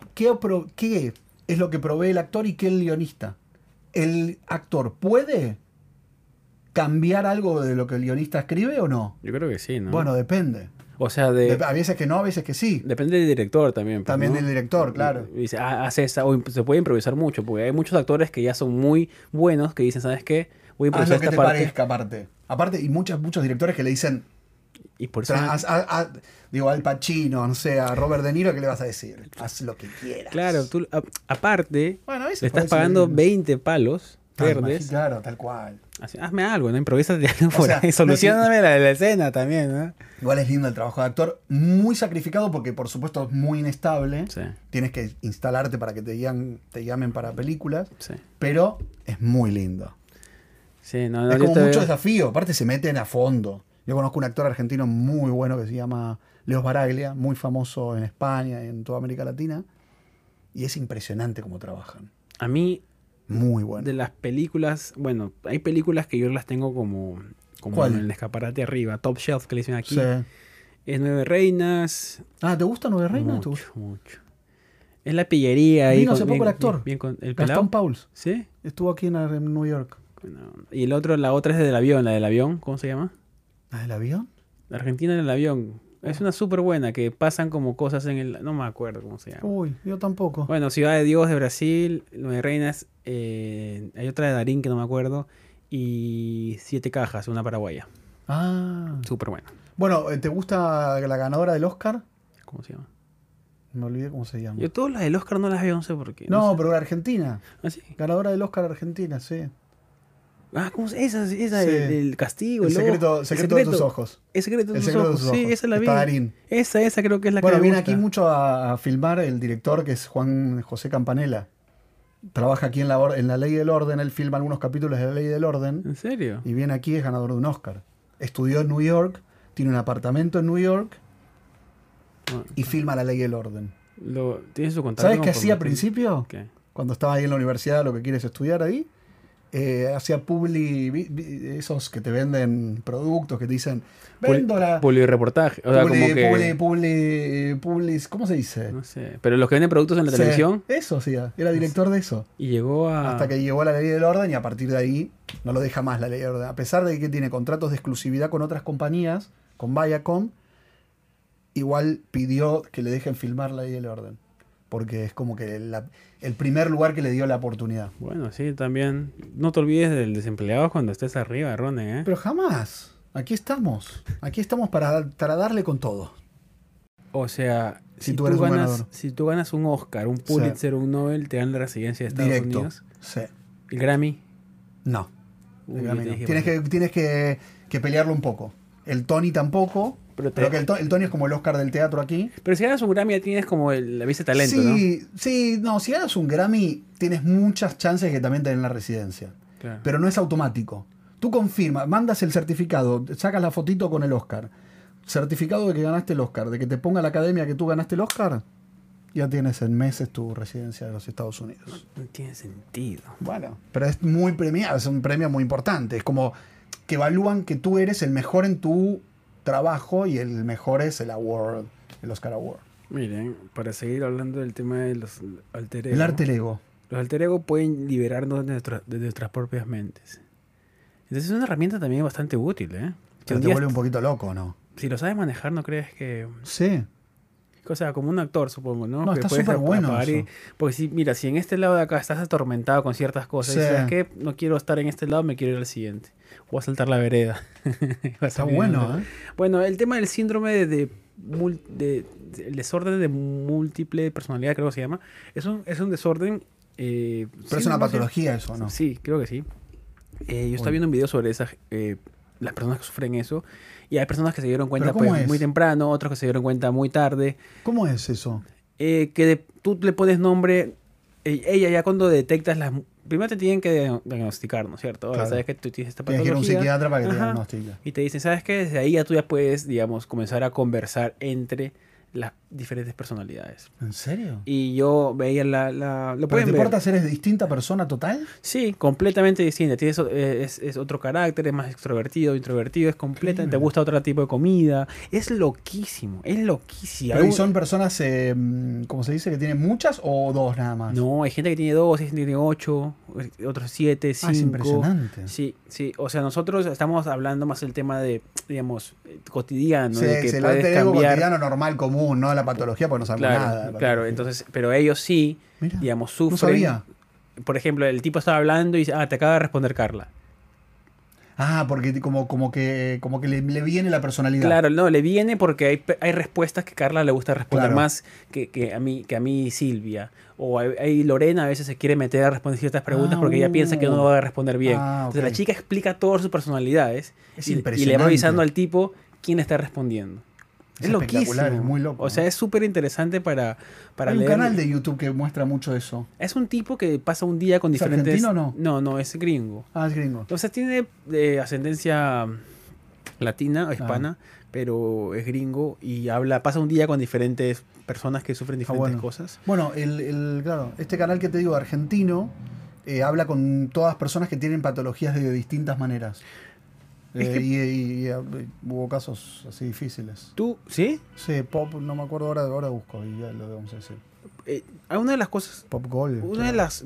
es lo que provee el actor y qué el guionista? ¿El actor puede cambiar algo de lo que el guionista escribe o no? Yo creo que sí, ¿no? Bueno, depende. O sea, a veces que no, a veces que sí. Depende del director también. También del director, claro. Y dice, hace esa, o se puede improvisar mucho, porque hay muchos actores que ya son muy buenos que dicen, ¿sabes qué? Voy a improvisar esta parte. Aparte, y muchos directores que le dicen, y por eso digo, Al Pacino, no sé, a Robert De Niro, ¿qué le vas a decir? Haz lo que quieras. Claro, tú aparte, le estás pagando 20 palos verdes. Claro, tal cual. Así, hazme algo, ¿no? Improvísate algo por ahí. Solucioname la escena también, ¿no? Igual es lindo el trabajo de actor. Muy sacrificado porque, por supuesto, es muy inestable. Sí. Tienes que instalarte para que te llamen para películas. Sí. Pero es muy lindo. Sí, es como mucho desafío. Aparte se meten a fondo. Yo conozco un actor argentino muy bueno que se llama Leo Baraglia, muy famoso en España y en toda América Latina. Y es impresionante cómo trabajan. A mí... Muy bueno. De las películas, bueno, hay películas que yo las tengo como en el escaparate arriba, Top Shelf que le dicen aquí. Sí. Es Nueve Reinas. Ah, ¿te gusta Nueve Reinas? Mucho. Es la pillería. Vino hace poco el actor. El Gastón Pauls. ¿Sí? Estuvo aquí en New York. Bueno, y la otra es del avión, la del avión, ¿cómo se llama? ¿La del avión? La Argentina en el avión. Es una súper buena, que pasan como cosas en el... No me acuerdo cómo se llama. Uy, yo tampoco. Bueno, Ciudad de Dios de Brasil, Nueve Reinas, hay otra de Darín que no me acuerdo, y Siete Cajas, una paraguaya. Ah. Súper buena. Bueno, ¿te gusta la ganadora del Oscar? ¿Cómo se llama? Me olvidé cómo se llama. Yo todas las del Oscar no las veo, no sé por qué. No, sé. Pero la Argentina. ¿Ah, sí? Ganadora del Oscar Argentina, sí. Ah, ¿cómo se esa sí. El castigo, el secreto de tus ojos. El secreto de tus ojos. Sí, esa la vi. Darín. Esa creo que es la que me gusta. Bueno, viene aquí mucho a filmar el director, que es Juan José Campanella. Trabaja aquí en la Ley del Orden. Él filma algunos capítulos de la Ley del Orden. ¿En serio? Y viene aquí, es ganador de un Oscar. Estudió en New York, tiene un apartamento en New York y filma la Ley del Orden. ¿Tiene su contrato? ¿Sabes qué hacía al principio? ¿Qué? Cuando estaba ahí en la universidad, lo que quieres estudiar ahí. Hacía esos que te venden productos, que te dicen publireportaje, o sea, como que ¿cómo se dice? No sé, pero los que venden productos en la televisión. Eso hacía, era director de eso. Y llegó hasta que llegó a la Ley del Orden, y a partir de ahí no lo deja más la Ley del Orden, a pesar de que tiene contratos de exclusividad con otras compañías, con Viacom. Igual pidió que le dejen filmar la Ley del Orden, porque es como que el primer lugar que le dio la oportunidad. Bueno, sí, también. No te olvides del desempleado cuando estés arriba, Rone, ¿eh? Pero jamás. Aquí estamos. Aquí estamos para darle con todo. O sea, si tú ganas un Oscar, un Pulitzer, un Nobel, te dan la residencia de Estados Unidos. Sí. ¿El Grammy? No. El Grammy no. Tienes que pelearlo un poco. El Tony tampoco. Pero que el Tony es como el Oscar del teatro aquí. Pero si ganas un Grammy ya tienes como la vista de talento, sí, ¿no? Sí, no, si ganas un Grammy tienes muchas chances de que también te den la residencia. Claro. Pero no es automático. Tú confirmas, mandas el certificado, sacas la fotito con el Oscar. Certificado de que ganaste el Oscar, de que te ponga la academia que tú ganaste el Oscar, ya tienes en meses tu residencia de los Estados Unidos. No tiene sentido. Bueno, pero es muy premiado, es un premio muy importante. Es como que evalúan que tú eres el mejor en tu trabajo y el mejor es el award, el Oscar Award. Miren, para seguir hablando del tema de los alter ego. El alter ego. Los alter ego pueden liberarnos de nuestras propias mentes. Entonces es una herramienta también bastante útil, ¿eh? Pero te vuelve un poquito loco, ¿no? Si lo sabes manejar, ¿no crees que...? Sí. O sea, como un actor, supongo, ¿no? No, que está puedes súper bueno apagar eso. porque si, mira, si en este lado de acá estás atormentado con ciertas cosas, Sí. y ¿sabes qué? No quiero estar en este lado, me quiero ir al siguiente. Voy a saltar la vereda. Está bueno, ¿eh? Bueno, el tema del síndrome el desorden de múltiple personalidad, creo que se llama, es un desorden... Pero es una patología eso, ¿no? Sí, creo que sí. Yo estaba viendo un video sobre las personas que sufren eso, y hay personas que se dieron cuenta pues, muy temprano, otros que se dieron cuenta muy tarde. ¿Cómo es eso? Tú le pones nombre, ella ya cuando detectas primero te tienen que diagnosticar, ¿no es cierto? Ahora Claro. sabes que tú tienes esta patología. Tienes que ir a un psiquiatra para que te Ajá. diagnostique. Y te dicen, ¿sabes qué? Desde ahí ya tú ya puedes, digamos, comenzar a conversar entre las diferentes personalidades. ¿En serio? Y yo veía lo ¿Pero pueden te ver. importa ser distinta persona total? Sí, completamente distinta. Es otro carácter, es más extrovertido, introvertido, es completamente, te gusta otro tipo de comida. Es loquísimo, es loquísimo. Pero ¿y son personas, como se dice, que tienen muchas o dos nada más? No, hay gente que tiene 2, hay gente que tiene 8, otros 7, 5. Ah, es impresionante. Sí, sí. O sea, nosotros estamos hablando más del tema de, digamos, cotidiano, Sí, de que el puedes alter ego cambiar. cotidiano normal, común, no la patología, porque no sabemos Claro, nada. de la claro. patología. Entonces, pero ellos sí, Mira, digamos, no sufren. sabía. Por ejemplo, el tipo estaba hablando y dice, te acaba de responder Carla. Ah, porque como que le viene la personalidad. Claro, no, le viene porque hay respuestas que Carla le gusta responder Claro. más que a mí Silvia. O hay Lorena a veces se quiere meter a responder ciertas preguntas porque ella piensa que no va a responder bien. Entonces la chica explica todas sus personalidades Es y le impresionante. va avisando al tipo quién está respondiendo. Es espectacular, loquísimo. es muy loco. O sea, es súper interesante para Hay un leer. canal de YouTube que muestra mucho eso. Es un tipo que pasa un día con ¿Es diferentes... argentino o no? No, no, es gringo. Ah, es gringo. Entonces tiene ascendencia latina o hispana, pero es gringo y pasa un día con diferentes personas que sufren diferentes cosas. Bueno, claro, este canal que te digo, argentino, habla con todas personas que tienen patologías de distintas maneras. Y hubo casos así difíciles. ¿Tú? ¿Sí? Sí, Pop, no me acuerdo ahora busco y ya lo vamos a decir. Una de las cosas... Pop Gold. Una de las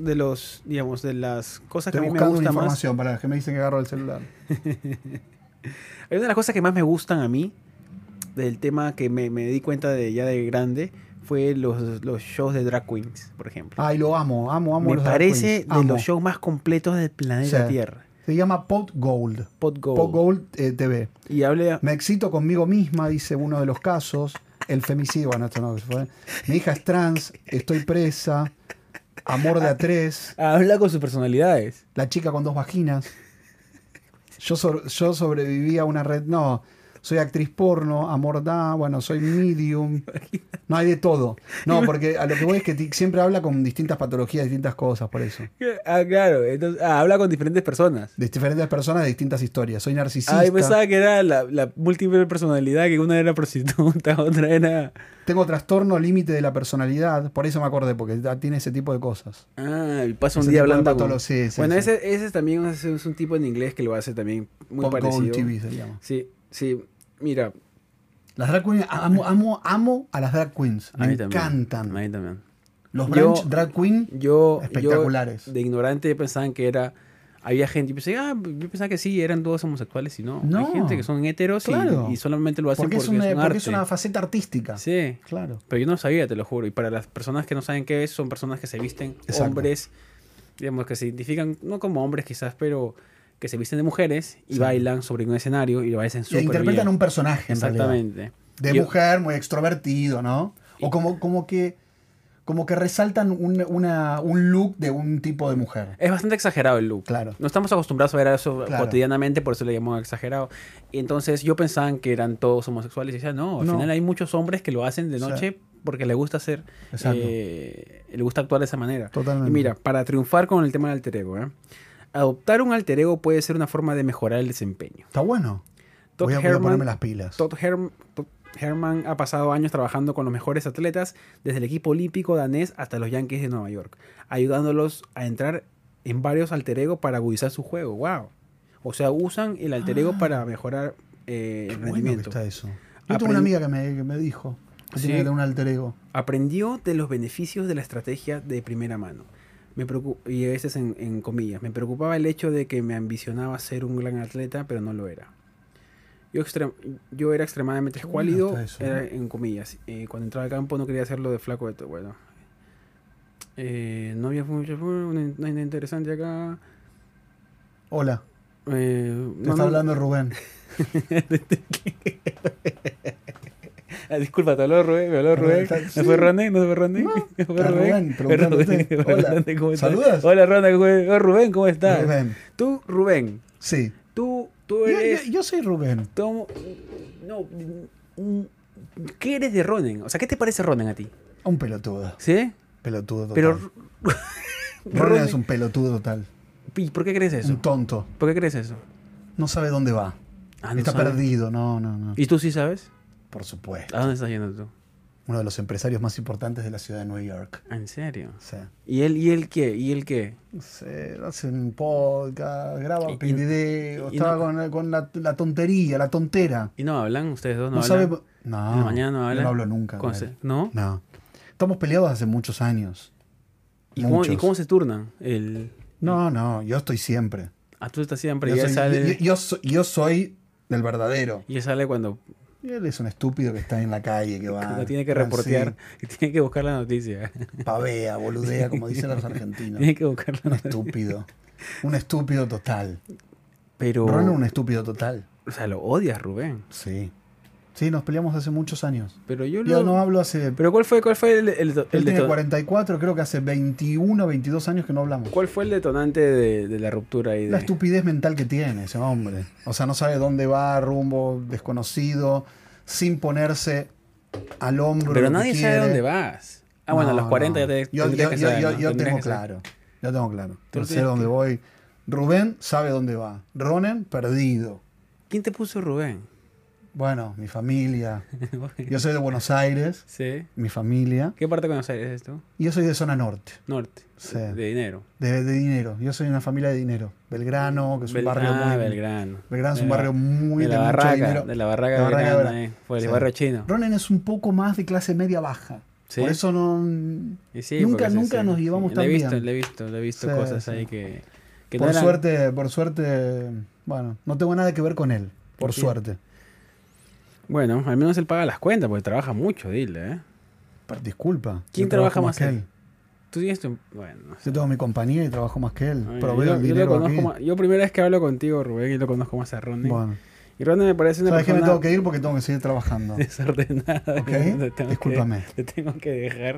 cosas que Estoy a mí me buscando gusta una más... información para que me dicen que agarro el celular. Hay una de las cosas que más me gustan a mí, del tema que me di cuenta ya de grande, fue los shows de drag queens, por ejemplo. Ay, lo amo Me los drag parece queens. Amo. los shows más completos del planeta Sí. Tierra. Se llama Pot Gold. Pot Gold. Pot Gold TV. Y hable... Me excito conmigo misma, dice uno de los casos. El femicidio, bueno, esto no fue. Mi hija es trans, estoy presa. Amor de A3. Habla con sus personalidades. La chica con 2 vaginas. Yo sobreviví a una red. No, soy actriz porno, amor da, bueno, soy medium. No hay de todo. No, porque a lo que voy es que siempre habla con distintas patologías, distintas cosas, por eso. Claro. Entonces, habla con diferentes personas. De diferentes personas, de distintas historias. Soy narcisista. Yo pensaba que era la múltiple personalidad, que una era prostituta, otra era... Tengo trastorno límite de la personalidad, por eso me acordé, porque tiene ese tipo de cosas. Y pasa un Ese día tipo de hablando con... sí, Bueno, sí. ese también es un tipo en inglés que lo hace también muy Pop parecido. Gold TV se llama. Sí, sí. Mira, Las drag queens, amo a las drag queens. a Me mí también. encantan. A mí también. Los brunch drag queen, Yo espectaculares. de ignorante pensaban que era... Había gente, yo pensaba que sí, eran todos homosexuales y no. No. Hay gente que son heteros Claro. y solamente lo hacen porque porque es arte. una faceta artística. Sí, Claro. pero yo no sabía, te lo juro. Y para las personas que no saben qué es, son personas que se visten Exacto. hombres, digamos, que se identifican no como hombres quizás, pero que se visten de mujeres y Sí. bailan sobre un escenario y lo hacen Y súper interpretan bien. un personaje, en realidad. Exactamente. De mujer, muy extrovertido, ¿no? O como que como que resaltan un look de un tipo de mujer. Es bastante exagerado el look. Claro. No estamos acostumbrados a ver eso Claro. cotidianamente, por eso le llamamos exagerado. Y entonces yo pensaba que eran todos homosexuales y decía, no, al No. final hay muchos hombres que lo hacen de Sí. noche porque les gusta hacer, Exacto. le gusta actuar de esa manera. Totalmente. Y mira, para triunfar con el tema del alter ego, adoptar un alter ego puede ser una forma de mejorar el desempeño. Está bueno. Todd Voy a ponerme las pilas. Todd Herman ha pasado años trabajando con los mejores atletas, desde el equipo olímpico danés hasta los Yankees de Nueva York, ayudándolos a entrar en varios alter ego para agudizar su juego. ¡Wow! O sea, usan el alter ego para mejorar el Qué bueno que rendimiento. está eso. Yo tengo una amiga que me dijo que Sí. tenía que tener un alter ego. Aprendió de los beneficios de la estrategia de primera mano. Y a veces en comillas. Me preocupaba el hecho de que me ambicionaba ser un gran atleta, pero no lo era. Yo era extremadamente Qué bueno escuálido, está eso, era en comillas. Cuando entraba al campo no quería hacerlo de flaco de todo. Bueno, no había mucho, no hay nada interesante acá. Hola, Te te está hablando Rubén. Disculpa, te habló Rubén, me habló Rubén. Sí. ¿No fue Ronnie? ¿No fue Ronnie? No, ¿No fue está Rubén, preguntándote. Hola. Ronnie, ¿cómo estás? ¿Saludas? Hola Ronnie, Rubén, ¿cómo estás? Rubén. Tú, Rubén, Sí. tú Yo, eres... yo soy Rubén. No, ¿qué eres de Ronen? O sea, ¿qué te parece Ronen a ti? Un pelotudo. ¿Sí? Pelotudo total. Pero... Ronen es un pelotudo total. ¿Y por qué crees eso? Un tonto. ¿Por qué crees eso? No sabe dónde va. Ah, ¿no Está sabes? perdido. No. ¿Y tú sí sabes? Por supuesto. ¿A dónde estás yendo tú? Uno de los empresarios más importantes de la ciudad de Nueva York. ¿En serio? Sí. ¿Y él qué? ¿Y él qué? No sé, hace un podcast, graba Y- videos, y estaba no- con la tontería, la tontera. ¿Y no hablan? ¿Ustedes dos no No hablan? sabe. No, ¿En la mañana no yo hablan? no hablo nunca. con ¿Cómo él. ¿No? No. Estamos peleados hace muchos años. ¿Y Muchos. cómo se turnan? No, yo estoy siempre. Ah, tú estás siempre Yo y él soy, sale... yo soy del verdadero. Y él sale cuando Y él es un estúpido que está en la calle, que va. tiene que reportear, que tiene que buscar la noticia. Sí, pavea, boludea, como dicen los argentinos. Tiene que buscar la Un noticia. estúpido. Un estúpido total. Pero... Ron es un estúpido total. O sea, lo odias, Rubén. Sí. Sí, nos peleamos hace muchos años. Pero yo Yo lo... no hablo hace. Pero ¿cuál fue el Él tiene detonante? 44, creo que hace 21, 22 años que no hablamos. ¿Cuál fue el detonante de la ruptura ahí? La estupidez mental que tiene ese hombre. O sea, no sabe dónde va, rumbo desconocido, sin ponerse al hombro. Pero lo que nadie sabe quiere. dónde vas. Ah, bueno, a los 40 ya te Yo tendrías que saber, ¿no? tengo Tendrías que saber. claro. Yo tengo claro. Tú Yo sé tienes dónde que- voy. Rubén sabe dónde va. Ronen, perdido. ¿Quién te puso Rubén? Bueno, mi familia. Yo soy de Buenos Aires, Sí. mi familia. ¿Qué parte de Buenos Aires es tú? Y yo soy de zona norte, Norte. Sí. De dinero. de dinero. Yo soy una familia de dinero. Belgrano, que es un barrio muy. Belgrano. Belgrano es un De la- barrio muy de la mucho barraca, dinero. de la barraca La de barraca de Belgrano, Belgrano. por el Sí. barrio chino. Ronen es un poco más de clase media baja. ¿Sí? Por eso no. Y sí, nunca porque sí, nos llevamos Le tan he visto, bien. le he visto Sí, cosas sí. ahí que no Por eran- suerte, bueno, no tengo nada que ver con él. Por qué? suerte. Bueno, al menos él paga las cuentas porque trabaja mucho, dile, ¿eh? Pero disculpa. ¿Quién yo trabajo trabaja más que él? él? Tú tienes tu... Bueno, no sé. Yo tengo mi compañía y trabajo más que él. Ay, Proveo el yo lo dinero conozco aquí. más- yo primera vez que hablo contigo, Rubén, y lo conozco más a Ronnie. Bueno, Y Ronnie me parece una ¿sabes qué? Me persona tengo que ir porque tengo que seguir trabajando. desordenada. ¿Ok? Te tengo Discúlpame. Te tengo que dejar.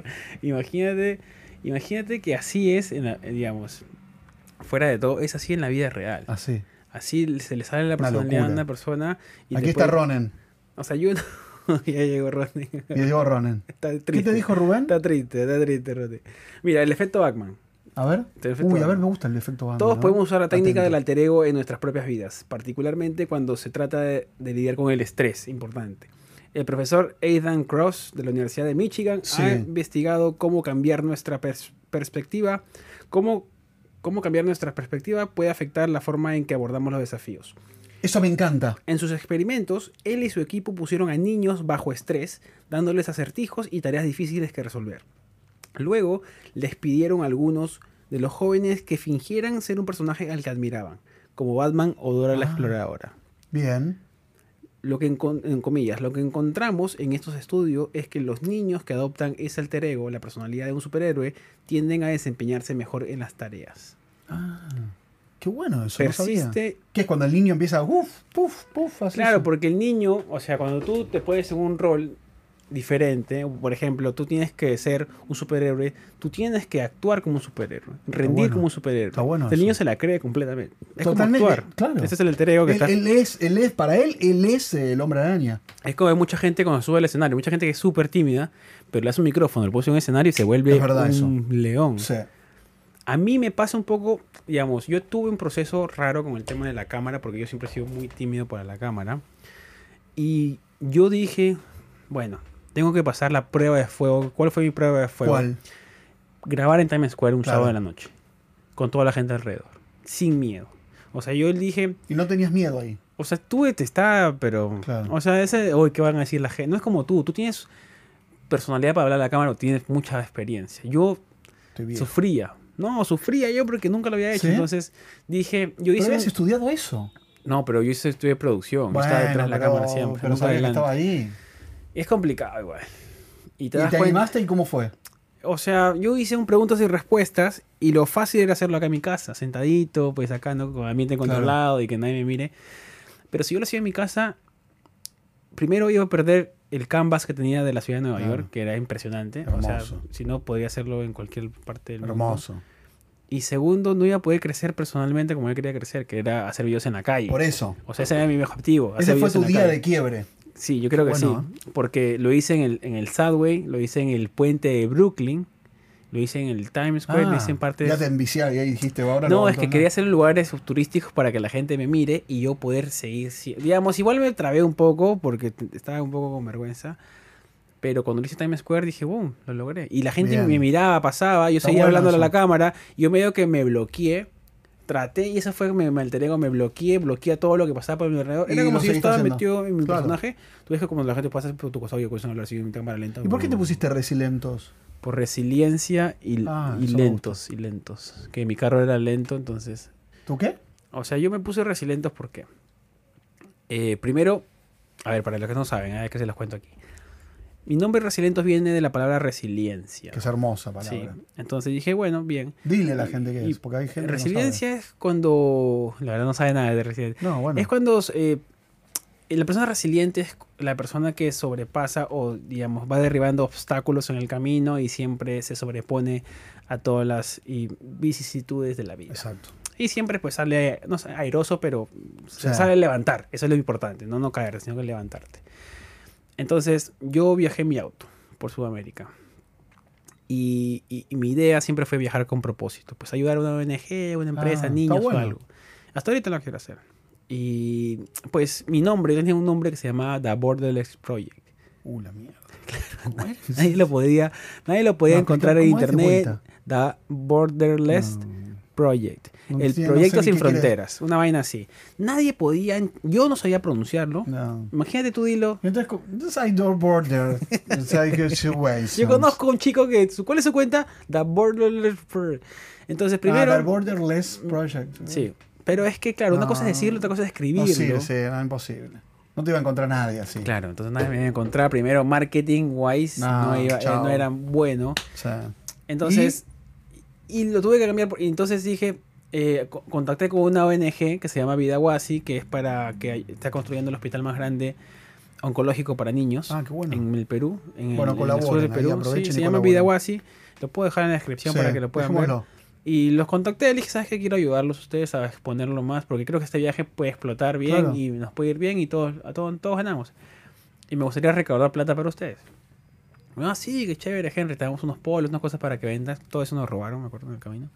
Imagínate que así es, digamos, fuera de todo, es así en la vida real. Así. Así se le sale la Una personalidad a locura. una persona. Y Aquí te está puede- Ronen. O sea, yo no... ya llegó Ronnie. Y yo digo Ronen. Está triste. ¿Qué te dijo Rubén? Está triste, Ronnie. Mira, el efecto Batman. A ver. El efecto Uy, a Batman. ver, me gusta el efecto Batman. Todos ¿no? podemos usar la técnica Atento. del alter ego en nuestras propias vidas, particularmente cuando se trata de lidiar con el estrés, importante. El profesor Aidan Cross de la Universidad de Michigan Sí. ha investigado cómo cambiar nuestra perspectiva, cómo cambiar nuestra perspectiva puede afectar la forma en que abordamos los desafíos. Eso me encanta. En sus experimentos, él y su equipo pusieron a niños bajo estrés, dándoles acertijos y tareas difíciles que resolver. Luego, les pidieron a algunos de los jóvenes que fingieran ser un personaje al que admiraban, como Batman o Dora la Ah. Exploradora. Bien. Lo que, en comillas, lo que encontramos en estos estudios es que los niños que adoptan ese alter ego, la personalidad de un superhéroe, tienden a desempeñarse mejor en las tareas. Ah, qué bueno eso. No sabía. Persiste... ¿Qué es cuando el niño empieza uf, puf, puf? Así Claro, eso? porque el niño, o sea, cuando tú te pones en un rol diferente. Por ejemplo, tú tienes que ser un superhéroe, tú tienes que actuar como un superhéroe, rendir como un superhéroe. Está bueno El niño eso. se la cree completamente. Es Totalmente, como actuar. claro. Ese es el alter ego que está. Para él es el hombre araña. Es como hay mucha gente cuando sube al escenario, mucha gente que es súper tímida, pero le hace un micrófono, le pone un escenario y se vuelve Es verdad un león. Sí. A mí me pasa un poco, digamos, yo tuve un proceso raro con el tema de la cámara, porque yo siempre he sido muy tímido para la cámara. Y yo dije, bueno, tengo que pasar la prueba de fuego. ¿Cuál fue mi prueba de fuego? ¿Cuál? Grabar en Times Square un Claro. sábado de la noche, con toda la gente alrededor, sin miedo. O sea, yo dije, Y no tenías miedo ahí. o sea, tú te está, pero... Claro. O sea, ese, hoy ¿qué van a decir la gente? No es como tú tienes personalidad para hablar a la cámara o tienes mucha experiencia. Yo Estoy bien. sufría. No, sufría yo porque nunca lo había hecho. ¿Sí? Entonces dije, yo ¿Pero hice... habías estudiado eso? No, pero yo hice estudio de producción. Yo estaba detrás de la cámara siempre. Pero nunca sabías que adelante. estaba ahí. Es complicado igual. Y ¿Y te das te cuenta... animaste y cómo fue? O sea, yo hice un preguntas y respuestas y lo fácil era hacerlo acá en mi casa, sentadito, pues acá, ¿no? Con el ambiente controlado y que nadie me mire. Pero si yo lo hacía en mi casa, primero iba a perder el canvas que tenía de la ciudad de Nueva Claro. York, que era impresionante. Hermoso. O sea, si no, podría hacerlo en cualquier parte del mundo. Hermoso. Y segundo, no iba a poder crecer personalmente como yo quería crecer, que era hacer videos en la calle. Por eso. O sea, ese era mi objetivo. hacer Ese fue videos en tu la día calle. de quiebre. Sí, yo creo que Bueno, sí. Porque lo hice en el subway, lo hice en el puente de Brooklyn, lo hice en el Times Square, lo hice en parte ya de... te enviciaste y ahí dijiste, ahora No, lo es que quería hacer lugares turísticos para que la gente me mire y yo poder seguir. Digamos, igual me trabé un poco porque estaba un poco con vergüenza. Pero cuando lo hice en Times Square dije, boom, lo logré. Y la gente Bien. me miraba, pasaba, yo Está seguía bueno hablándole a eso. la cámara. Yo medio que me bloqueé. Traté, y eso fue, me alteré, me bloqueé todo lo que pasaba por mi alrededor. Y Era como lo si yo seguiste estaba haciendo. metido en mi Claro. personaje. Tú ves que como la gente pasa por tu costado, yo con eso hablar así en cámara lenta. ¿Y por qué te pusiste resilentos? Por resiliencia y Ah, eso me lentos, y lentos. Que mi carro era lento, entonces... ¿Tú qué? O sea, yo me puse resilientes porque... primero, a ver, para los que no saben, a ver que se los cuento aquí. Mi nombre Resilientos viene de la palabra resiliencia. Que es hermosa Sí, palabra. entonces dije, bueno, bien. Dile a la gente qué Y es, porque hay gente resiliencia es cuando... La verdad no sabe nada de resiliencia. No, bueno. Es cuando la persona resiliente es la persona que sobrepasa o, digamos, va derribando obstáculos en el camino y siempre se sobrepone a todas las vicisitudes de la vida. Exacto. Y siempre pues sale, no sé, airoso, pero se Sí. sale a levantar. Eso es lo importante, no caer, sino que levantarte. Entonces, yo viajé en mi auto por Sudamérica. Y mi idea siempre fue viajar con propósito. Pues ayudar a una ONG, una empresa, está niños bueno. o algo. Hasta ahorita lo quiero hacer. Y pues mi nombre, yo tenía un nombre que se llamaba The Borderless Project. La mierda. ¿Cómo es? Nadie lo podía No, encontrar en ¿cómo es de internet. vuelta? The Borderless Project. No El sé, no proyecto sé sin ni qué quiere- fronteras. Una vaina así. Nadie podía... Yo no sabía pronunciarlo. No. Imagínate tú, dilo. Entonces hay dos borders. Yo conozco a un chico que... ¿Cuál es su cuenta? The Borderless Project. Entonces, primero... The Borderless Project. Sí. Pero es que, claro, una No. cosa es decirlo, otra cosa es escribirlo. No, sí, era imposible. No te iba a encontrar nadie así. Claro, entonces nadie me iba a encontrar. Primero, marketing-wise, No, chao. no era bueno. O sea, Entonces... Y lo tuve que cambiar. Y entonces dije... contacté con una ONG que se llama Vidahuasi, que es para que está construyendo el hospital más grande oncológico para niños qué bueno. en el Perú, en el sur colaboren, del ahí Perú. aprovechen Sí, y se llama colaboren. Vidahuasi. Lo puedo dejar en la descripción sí, para que lo puedan ver. dejémoslo. Y los contacté, le dije, ¿sabes qué? Quiero ayudarlos a ustedes a exponerlo más, porque creo que este viaje puede explotar bien Claro. y nos puede ir bien y todos ganamos. Y me gustaría recaudar plata para ustedes. Ah, sí, qué chévere, Henry. Tenemos unos polos, unas cosas para que vendas. Todo eso nos robaron, me acuerdo, en el camino.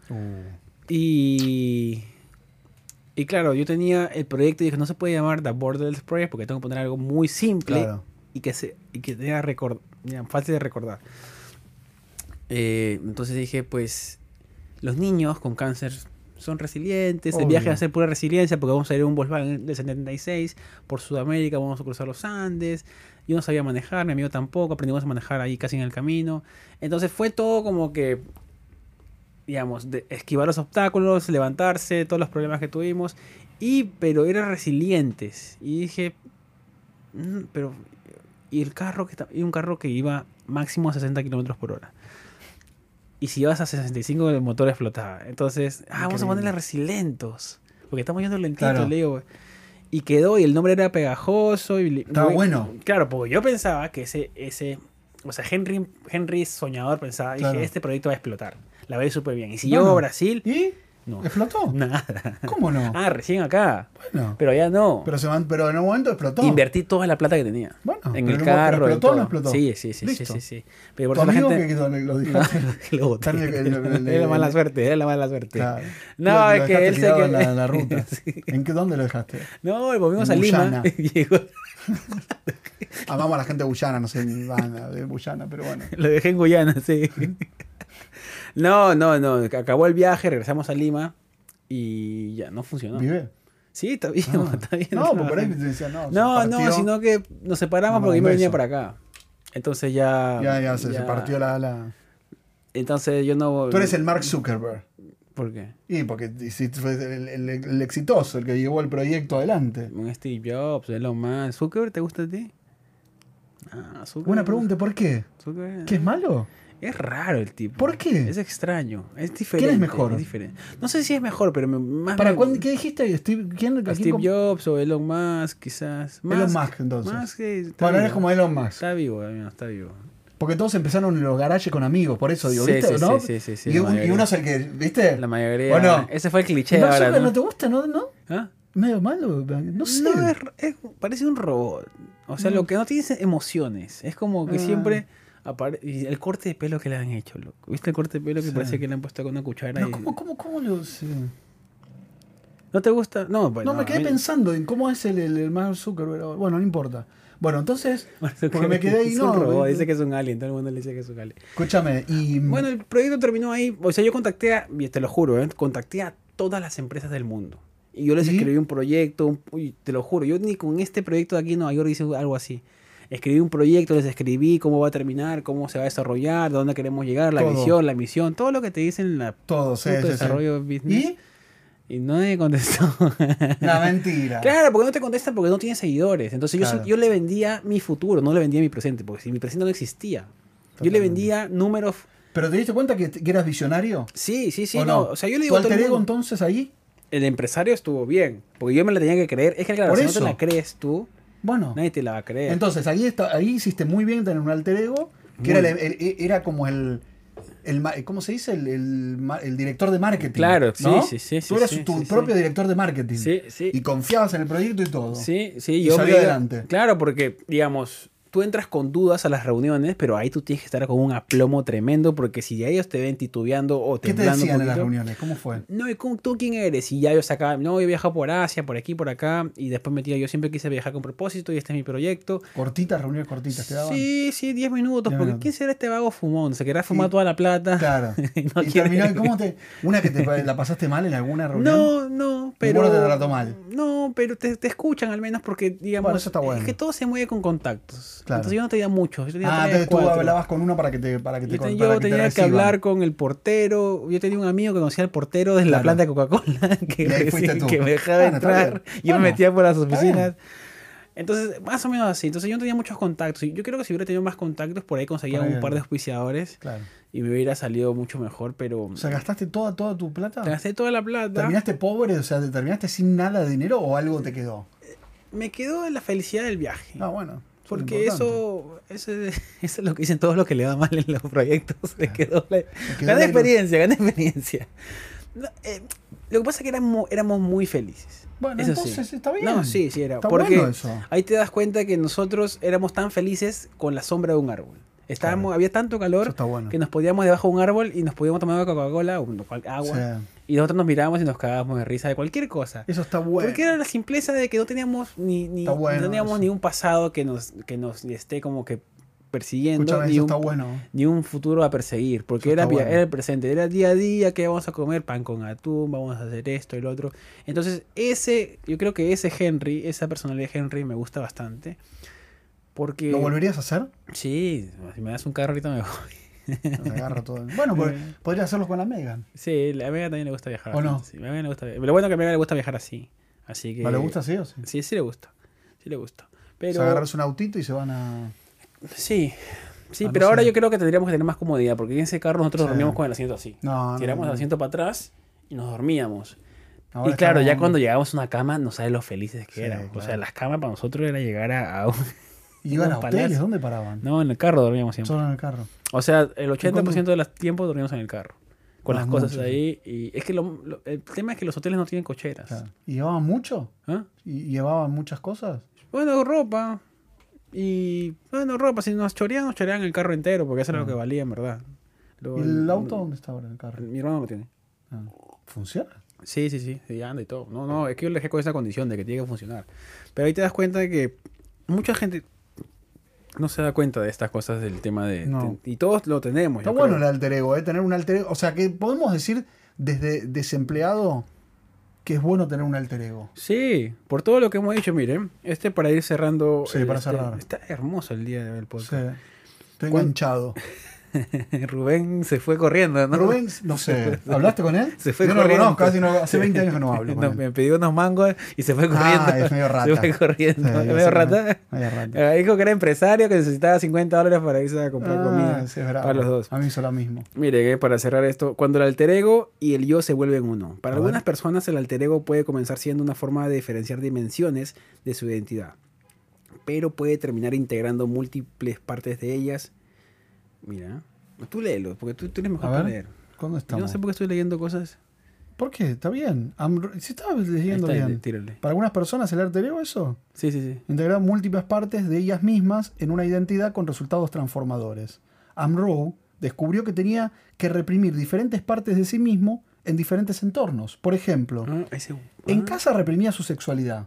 Y claro, yo tenía el proyecto y dije, no se puede llamar The Borderless Project porque tengo que poner algo muy simple Claro. y que tenga fácil de recordar. Entonces dije, pues, los niños con cáncer son resilientes. El Obvio. viaje va a ser pura resiliencia porque vamos a ir en un Volkswagen del 76 por Sudamérica, vamos a cruzar los Andes. Yo no sabía manejar, mi amigo tampoco, aprendimos a manejar ahí casi en el camino. Entonces fue todo como que, digamos, de esquivar los obstáculos, levantarse, todos los problemas que tuvimos, pero eran resilientes. Y dije, pero, y el carro y un carro que iba máximo a 60 kilómetros por hora. Y si ibas a 65, el motor explotaba. Entonces, vamos a ponerle resilentos, porque estamos yendo lentito, Claro. le digo. Y quedó, y el nombre era pegajoso. Estaba bueno. Claro, porque yo pensaba que o sea, Henry soñador pensaba, Claro. dije, este proyecto va a explotar. La va a ir súper bien. Y si Bueno. yo Brasil, ¿Y? no. ¿Explotó? Nada. ¿Cómo no? Ah, recién acá. Bueno. Pero ya no. Pero en un momento explotó. Invertí toda la plata que tenía. Bueno, en pero el no- carro. pero en explotó o no todo. explotó. Sí, sí, sí, sí, Listo. sí. Pero por ¿Tu eso la amigo gente... que quedó? ¿Lo dejaste? Lo boté. Está en Era la mala suerte, era la mala suerte. Claro. No, Lo es que dejaste él se tirado que... en la ruta. Sí. ¿Dónde lo dejaste? No, volvimos En a Lima. Guyana. Y llegó... Amamos a la gente de Guyana, no sé ni van de Guyana, pero bueno. Lo dejé en Guyana, sí. No. Acabó el viaje, regresamos a Lima y ya no funcionó. ¿Vive? Sí, está bien, Ah. está bien. No, pues por ahí te decía, no. se No, partió. sino que nos separamos No, porque yo un me venía beso. para acá. Entonces ya... Ya se partió la... Entonces yo no... Tú eres el Mark Zuckerberg. ¿Por qué? Y porque fue el exitoso, el que llevó el proyecto adelante. Un Steve Jobs, Elon Musk. ¿Zuckerberg te gusta a ti? Ah, Zuckerberg. Buena pregunta, ¿por qué? Zuckerberg. ¿Qué es malo? Es raro el tipo. ¿Por qué? Es extraño. Es diferente. ¿Quién es mejor? Es diferente. No sé si es mejor, pero más ¿Para me- cuándo? ¿Qué dijiste? ¿Quién? Steve Jobs o Elon Musk, quizás. Elon Musk, entonces. Musk, está Bueno, vivo. eres como Elon Musk. Está vivo, amigo, está vivo. Porque todos empezaron en los garajes con amigos, por eso digo, Sí, ¿viste? sí, ¿no? sí, sí, y, la y mayoría. uno es el que, ¿viste? La mayoría. ¿O no? Ese fue el cliché ¿Y Mark ahora, Zuckerberg ¿no? no te gusta, no? ¿Ah? Medio malo, no sé. No, parece un robot. O sea, lo que no tiene es emociones. Es como que Ah. siempre y el corte de pelo que le han hecho, loco. ¿Viste el corte de pelo que Sí. parece que le han puesto con una cuchara? Pero Y... ¿cómo lo sé? ¿No te gusta? No, pues No, me quedé a mí- pensando en cómo es el Mark Zuckerberg. Bueno, no importa. Bueno, entonces, Mark porque me quedé ahí, es no. un robot, dice que es un alien, todo el mundo le dice que es un alien. Escúchame, y... Bueno, el proyecto terminó ahí. O sea, yo contacté y te lo juro, contacté a todas las empresas del mundo. Y yo les ¿Y? escribí un proyecto, uy, te lo juro, yo ni con este proyecto de aquí en Nueva York hice algo así. Escribí un proyecto, les escribí cómo va a terminar, cómo se va a desarrollar, de dónde queremos llegar, la Todo. visión, la misión, todo lo que te dicen en la todo, sí, puto sí, sí. desarrollo business. ¿Y? Y nadie contestó. No, mentira. Claro, porque no te contestan porque no tienen seguidores. Entonces Claro. yo le vendía mi futuro, no le vendía mi presente, porque si mi presente no existía. Yo le Totalmente. vendía números. ¿Pero te diste cuenta que eras visionario? Sí, ¿O no. O sea, yo le digo ¿Tu a todo el alter ego mundo, entonces ahí? el empresario estuvo bien, porque yo me la tenía que creer. Es que claro, Por si no eso. te la crees tú, Bueno. nadie te la va a creer. Entonces, ahí hiciste muy bien tener un alter ego, que Muy era, era como ¿cómo se dice? El director de marketing. Claro, ¿no? sí, sí, sí, Tú eras sí, tu sí, propio sí. director de marketing. Sí, sí. Y confiabas en el proyecto y todo. Sí, Y yo salió adelante. Claro, porque, digamos, tú entras con dudas a las reuniones, pero ahí tú tienes que estar con un aplomo tremendo, porque si ellos te ven titubeando o ¿Qué te temblando un decían en las poquito, reuniones? ¿Cómo fue? no, ¿y tú quién eres? Y ya yo sacaba, no, yo he viajado por Asia, por aquí, por acá, y después metía, yo siempre quise viajar con propósito y este es mi proyecto. Cortitas, reuniones cortitas, ¿te daban? Sí, 10 minutos, 10 porque minutos. ¿quién será este vago fumón? Se querrá fumar Y- toda la plata. Claro. Y no y quiere- terminó, ¿y cómo te...? ¿Una que la pasaste mal en alguna reunión? No, pero... Ninguno te trató mal. No, pero te escuchan al menos porque, digamos, Bueno, eso está bueno. es que todo se mueve con contactos. Claro. Entonces yo no tenía muchos, yo tenía Ah, 3, entonces tú 4. hablabas con uno para que te Yo, para yo que te tenía que reciban. hablar con el portero. Yo tenía un amigo que conocía al portero de la Claro. planta de Coca-Cola que, Y ahí fuiste tú. que me dejaba Bueno, está entrar. bien. Yo Bueno, me metía por las está oficinas. Entonces, más o menos así. Entonces yo no tenía muchos contactos. Y yo creo que si hubiera tenido más contactos, por ahí conseguía Por ahí, un par de auspiciadores Claro. y me hubiera salido mucho mejor. Pero O sea, ¿gastaste toda tu plata? gasté toda la plata. ¿Terminaste pobre? O sea, ¿terminaste sin nada de dinero o algo te quedó? Me quedó la felicidad del viaje. Ah, bueno. Porque importante. eso es lo que dicen todos los que le va mal en los proyectos. Me quedó quedó gané la- experiencia. No, lo que pasa es que éramos muy felices. Bueno, Eso entonces sí. está bien. No, sí, era. Está Porque bueno eso. ahí te das cuenta que nosotros éramos tan felices con la sombra de un árbol. Claro. Había tanto calor Eso está bueno. que nos podíamos debajo de un árbol y nos podíamos tomar Coca-Cola o agua. Sí. Y nosotros nos mirábamos y nos cagábamos de risa de cualquier cosa. Eso está bueno. Porque era la simpleza de que no teníamos Está bueno no teníamos eso. ni un pasado que nos esté como que persiguiendo, Escúchame, ni eso un, está bueno. ni un futuro a perseguir, porque Eso era, está bueno. era el presente, era día a día, que vamos a comer pan con atún, vamos a hacer esto y lo otro. Entonces, yo creo que esa personalidad de Henry me gusta bastante. Porque ¿Lo volverías a hacer? sí, si me das un carro ahorita me voy. Nos agarra todo. Bueno, pues, podrías hacerlo con la Megan. Sí, a Mega también le gusta viajar. ¿O no? Sí, a Mega le gusta. Lo bueno es que a Mega le gusta viajar así. Así que ¿No le gusta así o sí? Sí, sí le gusta. Sí le gusta. Pero O sea, agarras un autito y se van a... sí, no pero ahora sé. yo creo que tendríamos que tener más comodidad, porque en ese carro nosotros Sí. dormíamos con el asiento así. No, Tiramos no. el asiento para atrás y nos dormíamos. Ahora Y claro, ya estamos- cuando llegamos a una cama, no sabes lo felices que Sí, éramos. O sea, claro. las camas para nosotros era llegar a un, ¿Iban a un hoteles? palacio. ¿Dónde paraban? No, en el carro dormíamos siempre. Solo en el carro. O sea, el 80% cuánto? de los tiempos dormíamos en el carro. Con Ah, las cosas mucho, ahí. Y es que el tema es que los hoteles no tienen cocheras. Claro. ¿Y llevaban mucho? ¿Ah? ¿Y llevaban muchas cosas? Bueno, ropa. Y bueno, ropa. Si nos choreaban el carro entero, porque eso era lo que valía, en verdad. ¿Y el auto dónde está ahora, el carro? Mi hermano lo tiene. Ah, ¿funciona? Sí, anda y todo. No, es que yo le dejé con esa condición de que tiene que funcionar. Pero ahí te das cuenta de que mucha gente no se da cuenta de estas cosas del tema de... No. y todos lo tenemos. Está yo bueno creo. el alter ego, tener un alter ego. O sea, que podemos decir desde desempleado que es bueno tener un alter ego. Sí, por todo lo que hemos dicho, miren, para ir cerrando... Sí, para cerrar. Está hermoso el día de ver el Sí. podcast. Estoy enganchado. Rubén se fue corriendo, ¿no? Rubén, no sé, ¿hablaste con él? Se fue Yo no lo corriendo. conozco, hace 20 años que no hablo con él. Me pidió unos mangos y se fue corriendo. Ah, es medio rata. Se fue corriendo. Sí, ¿Es yo medio sé, rata? medio rata. Dijo que era empresario, que necesitaba $50 para irse a comprar comida Sí, es bravo. para los dos. A mí hizo lo mismo. Mire, para cerrar esto, cuando el alter ego y el yo se vuelven uno. Para A ver. algunas personas el alter ego puede comenzar siendo una forma de diferenciar dimensiones de su identidad, pero puede terminar integrando múltiples partes de ellas. Mira, tú léelo, porque tú eres mejor A para ver, leer. ¿cuándo Yo estamos? no sé por qué estoy leyendo cosas. ¿Por qué? Está bien. Si estabas Ahí leyendo está, bien. tírale. Para algunas personas el alter ego eso. Sí. Integrar múltiples partes de ellas mismas en una identidad con resultados transformadores. Amrow descubrió que tenía que reprimir diferentes partes de sí mismo en diferentes entornos. Por ejemplo, en casa reprimía su sexualidad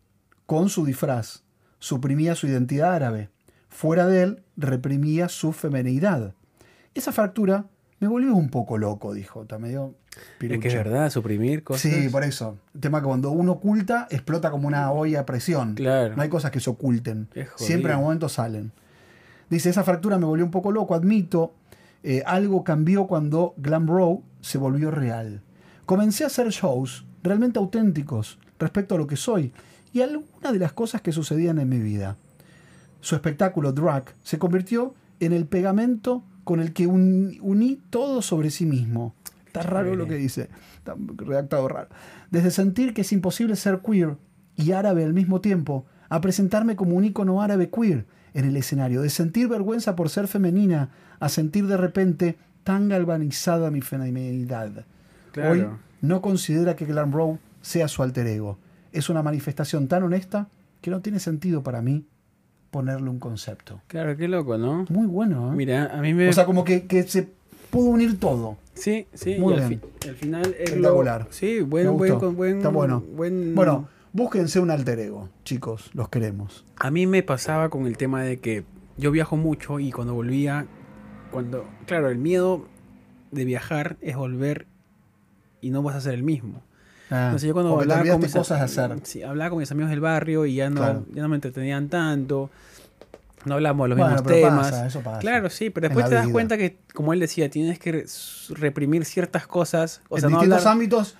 con su disfraz, suprimía su identidad árabe. Fuera de él, reprimía su femenidad. Esa fractura me volvió un poco loco, dijo. Está medio pirucho. Es que es verdad, suprimir cosas. Sí, por eso. El tema que cuando uno oculta, explota como una olla a presión. Claro. No hay cosas que se oculten. Es jodido. Siempre en algún momento salen. Dice, esa fractura me volvió un poco loco, admito. Algo cambió cuando Glam Row se volvió real. Comencé a hacer shows realmente auténticos respecto a lo que soy y algunas de las cosas que sucedían en mi vida. Su espectáculo Drag se convirtió en el pegamento con el que uní todo sobre sí mismo. Está raro lo que dice, está redactado raro. Desde sentir que es imposible ser queer y árabe al mismo tiempo, a presentarme como un ícono árabe queer en el escenario. De sentir vergüenza por ser femenina, a sentir de repente tan galvanizada mi feminidad. Claro. Hoy no considera que Glam Row sea su alter ego. Es una manifestación tan honesta que no tiene sentido para mí ponerle un concepto. Claro, qué loco, ¿no? Muy bueno, ¿eh? Mira, a mí me... O sea, como que se pudo unir todo. Sí, Muy y bien. al final... es Espectacular. Sí, Me buen, gustó. buen... Está bueno. buen- Bueno, búsquense un alter ego, chicos. Los queremos. A mí me pasaba con el tema de que yo viajo mucho y cuando volvía... Claro, el miedo de viajar es volver y no vas a ser el mismo. Entonces yo cuando porque te hablaba con olvidaste mis, cosas de hacer. sí, hablaba con mis amigos del barrio y Claro. ya no me entretenían tanto, no hablamos de los Bueno, mismos pero temas. pasa, eso pasa. Claro, sí, pero En después la te das vida. cuenta que, como él decía, tienes que reprimir ciertas cosas, o En sea, no distintos hablar, ámbitos,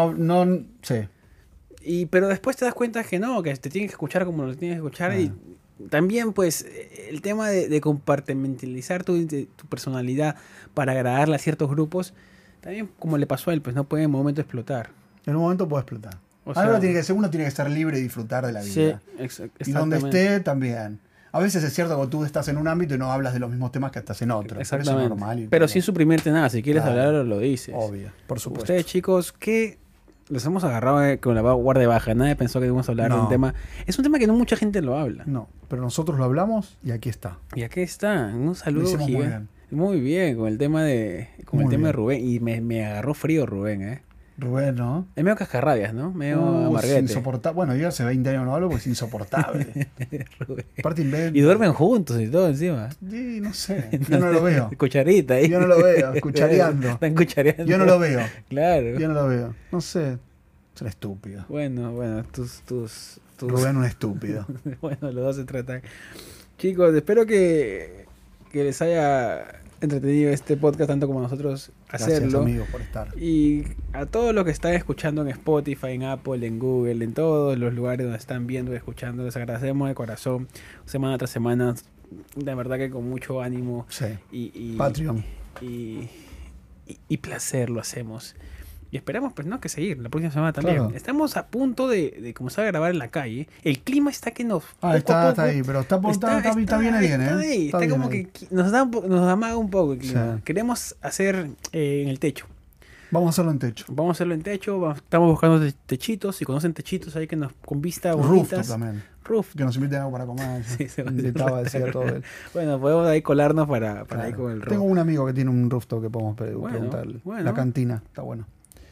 sí. pero después te das cuenta que no, que te tienen que escuchar como lo tienes que escuchar y también pues el tema de compartimentalizar tu personalidad para agradarle a ciertos grupos, también como le pasó a él, pues no puede en un momento explotar. En un momento puede explotar. O Ahora sea, uno tiene que estar libre y disfrutar de la Sí, vida. Y donde exactamente. esté, también. A veces es cierto que tú estás en un ámbito y no hablas de los mismos temas que estás en otro. Exactamente. Pero eso es normal. Pero sin suprimirte nada, si quieres Claro. hablar lo dices. Obvio, por supuesto. Ustedes chicos, ¿qué los hemos agarrado con la guardia baja? Nadie pensó que íbamos a hablar de No. un tema. Es un tema que no mucha gente lo habla. No, pero nosotros lo hablamos y aquí está. Y aquí está, un saludo Lo hicimos muy gigante. Muy bien, con el tema de Muy de bien. Rubén. Y me agarró frío Rubén, ¿eh? Rubén, ¿no? Es medio cascarrabias, ¿no? Medio Es amarguete. insoportable. Bueno, yo hace 20 años no hablo porque es insoportable. Rubén. Aparte inventa. Y duermen juntos y todo encima. Sí, no sé. Yo no lo veo. Cucharita ahí. Yo no lo veo, cuchareando. Están cuchareando. Yo no lo veo. Claro. Yo no lo veo. No sé. Es un estúpido. Bueno, tus Rubén un estúpido. Bueno, los dos se tratan. Chicos, espero que les haya entretenido este podcast tanto como nosotros Gracias, hacerlo. amigos, por estar. Y a todos los que están escuchando en Spotify, en Apple, en Google, en todos los lugares donde están viendo y escuchando, les agradecemos de corazón, semana tras semana. De verdad que con mucho ánimo Sí. y Patreon. y placer lo hacemos. Y esperamos, pues, ¿no? Que seguir la próxima semana también. Claro. Estamos a punto de comenzar a grabar en la calle. El clima está que nos... Está ahí, pero está bien, ¿eh? Ahí, está bien como ahí. que nos amaga un poco el clima. Sí. Queremos hacer en el techo. Vamos a hacerlo en techo. Vamos a hacerlo en techo. Estamos buscando techitos. Si conocen techitos ahí que nos con vista Rooftop bonitas. también. Roof. Que nos inviten algo para comer. Sí, se va a Invitaba, hacer decía todo él. Bueno, podemos ahí colarnos para Claro. ahí con el Tengo roof. un amigo que tiene un rooftop que podemos Bueno, preguntarle. bueno. La cantina, está bueno.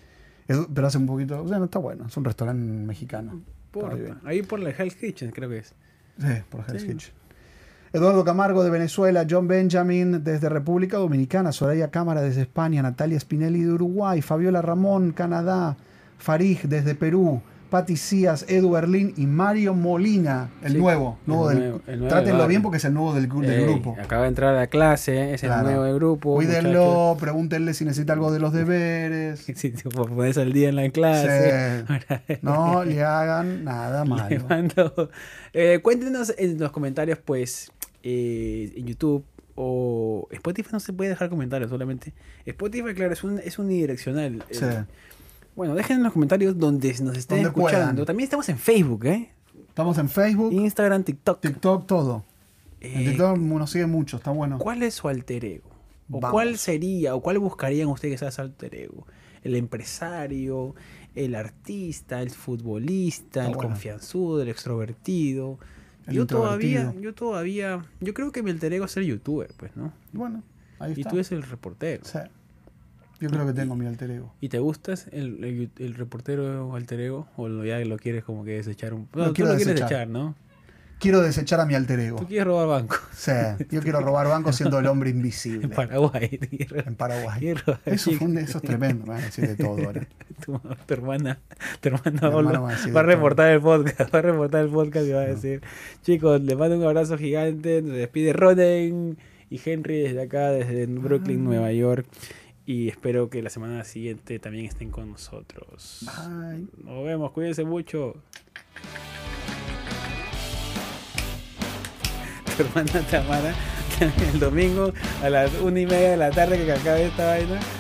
Pero hace un poquito, o sea, no está bueno. Es un restaurante mexicano. Está muy bien. Ahí por la Hell's Kitchen, creo que es. Sí, por Hell's Sí. Kitchen. Eduardo Camargo de Venezuela, John Benjamin desde República Dominicana, Soraya Cámara desde España, Natalia Spinelli de Uruguay, Fabiola Ramón, Canadá, Farij desde Perú, Pati Cías, Edu Berlín y Mario Molina, el Sí, nuevo el nuevo Trátenlo del bien barrio. porque es el nuevo del grupo. Acaba de entrar a la clase, es Claro. el nuevo del grupo. Cuídenlo, pregúntenle si necesita algo de los deberes. Si te pones al día en la clase. Sí. No le hagan nada Le malo. mando- cuéntenos en los comentarios, pues, en YouTube o Spotify no se puede dejar comentarios solamente. Spotify, claro, es unidireccional. Sí. Bueno, dejen en los comentarios donde nos estén Donde escuchando. puedan. También estamos en Facebook, Estamos en Facebook, Instagram, TikTok. TikTok, todo. En Eh, TikTok nos sigue mucho, está bueno. ¿Cuál es su alter ego? ¿O Vamos. cuál sería, o cuál buscarían ustedes que sea su alter ego? ¿El empresario, el artista, el futbolista, Está el bueno. confianzudo, el extrovertido? El Yo introvertido. todavía, yo creo que mi alter ego es ser youtuber, pues, ¿no? Bueno, ahí Y está. tú eres el reportero. Sí. Yo creo que tengo mi alter ego. ¿Y te gustas el reportero alter ego? ¿O ya lo quieres como que desechar un... Lo No, tú quiero lo quieres desechar. desechar, ¿no? Quiero desechar a mi alter ego. Tú quieres robar banco. Sí, yo quiero robar bancos siendo el hombre invisible. En Paraguay. Te quieres En Paraguay. quieres robar Eso, chicos. eso es tremendo, me van a decir de todo ahora. Tu hermana hermana va a decir va a de todo. reportar el podcast, y va a decir, chicos, les mando un abrazo gigante, nos despide Ronen y Henry desde acá, desde Brooklyn, Nueva York, y espero que la semana siguiente también estén con nosotros. Bye. Nos vemos, cuídense mucho. Tu hermana Tamara, el domingo a las 1:30 de la tarde que acabe esta vaina.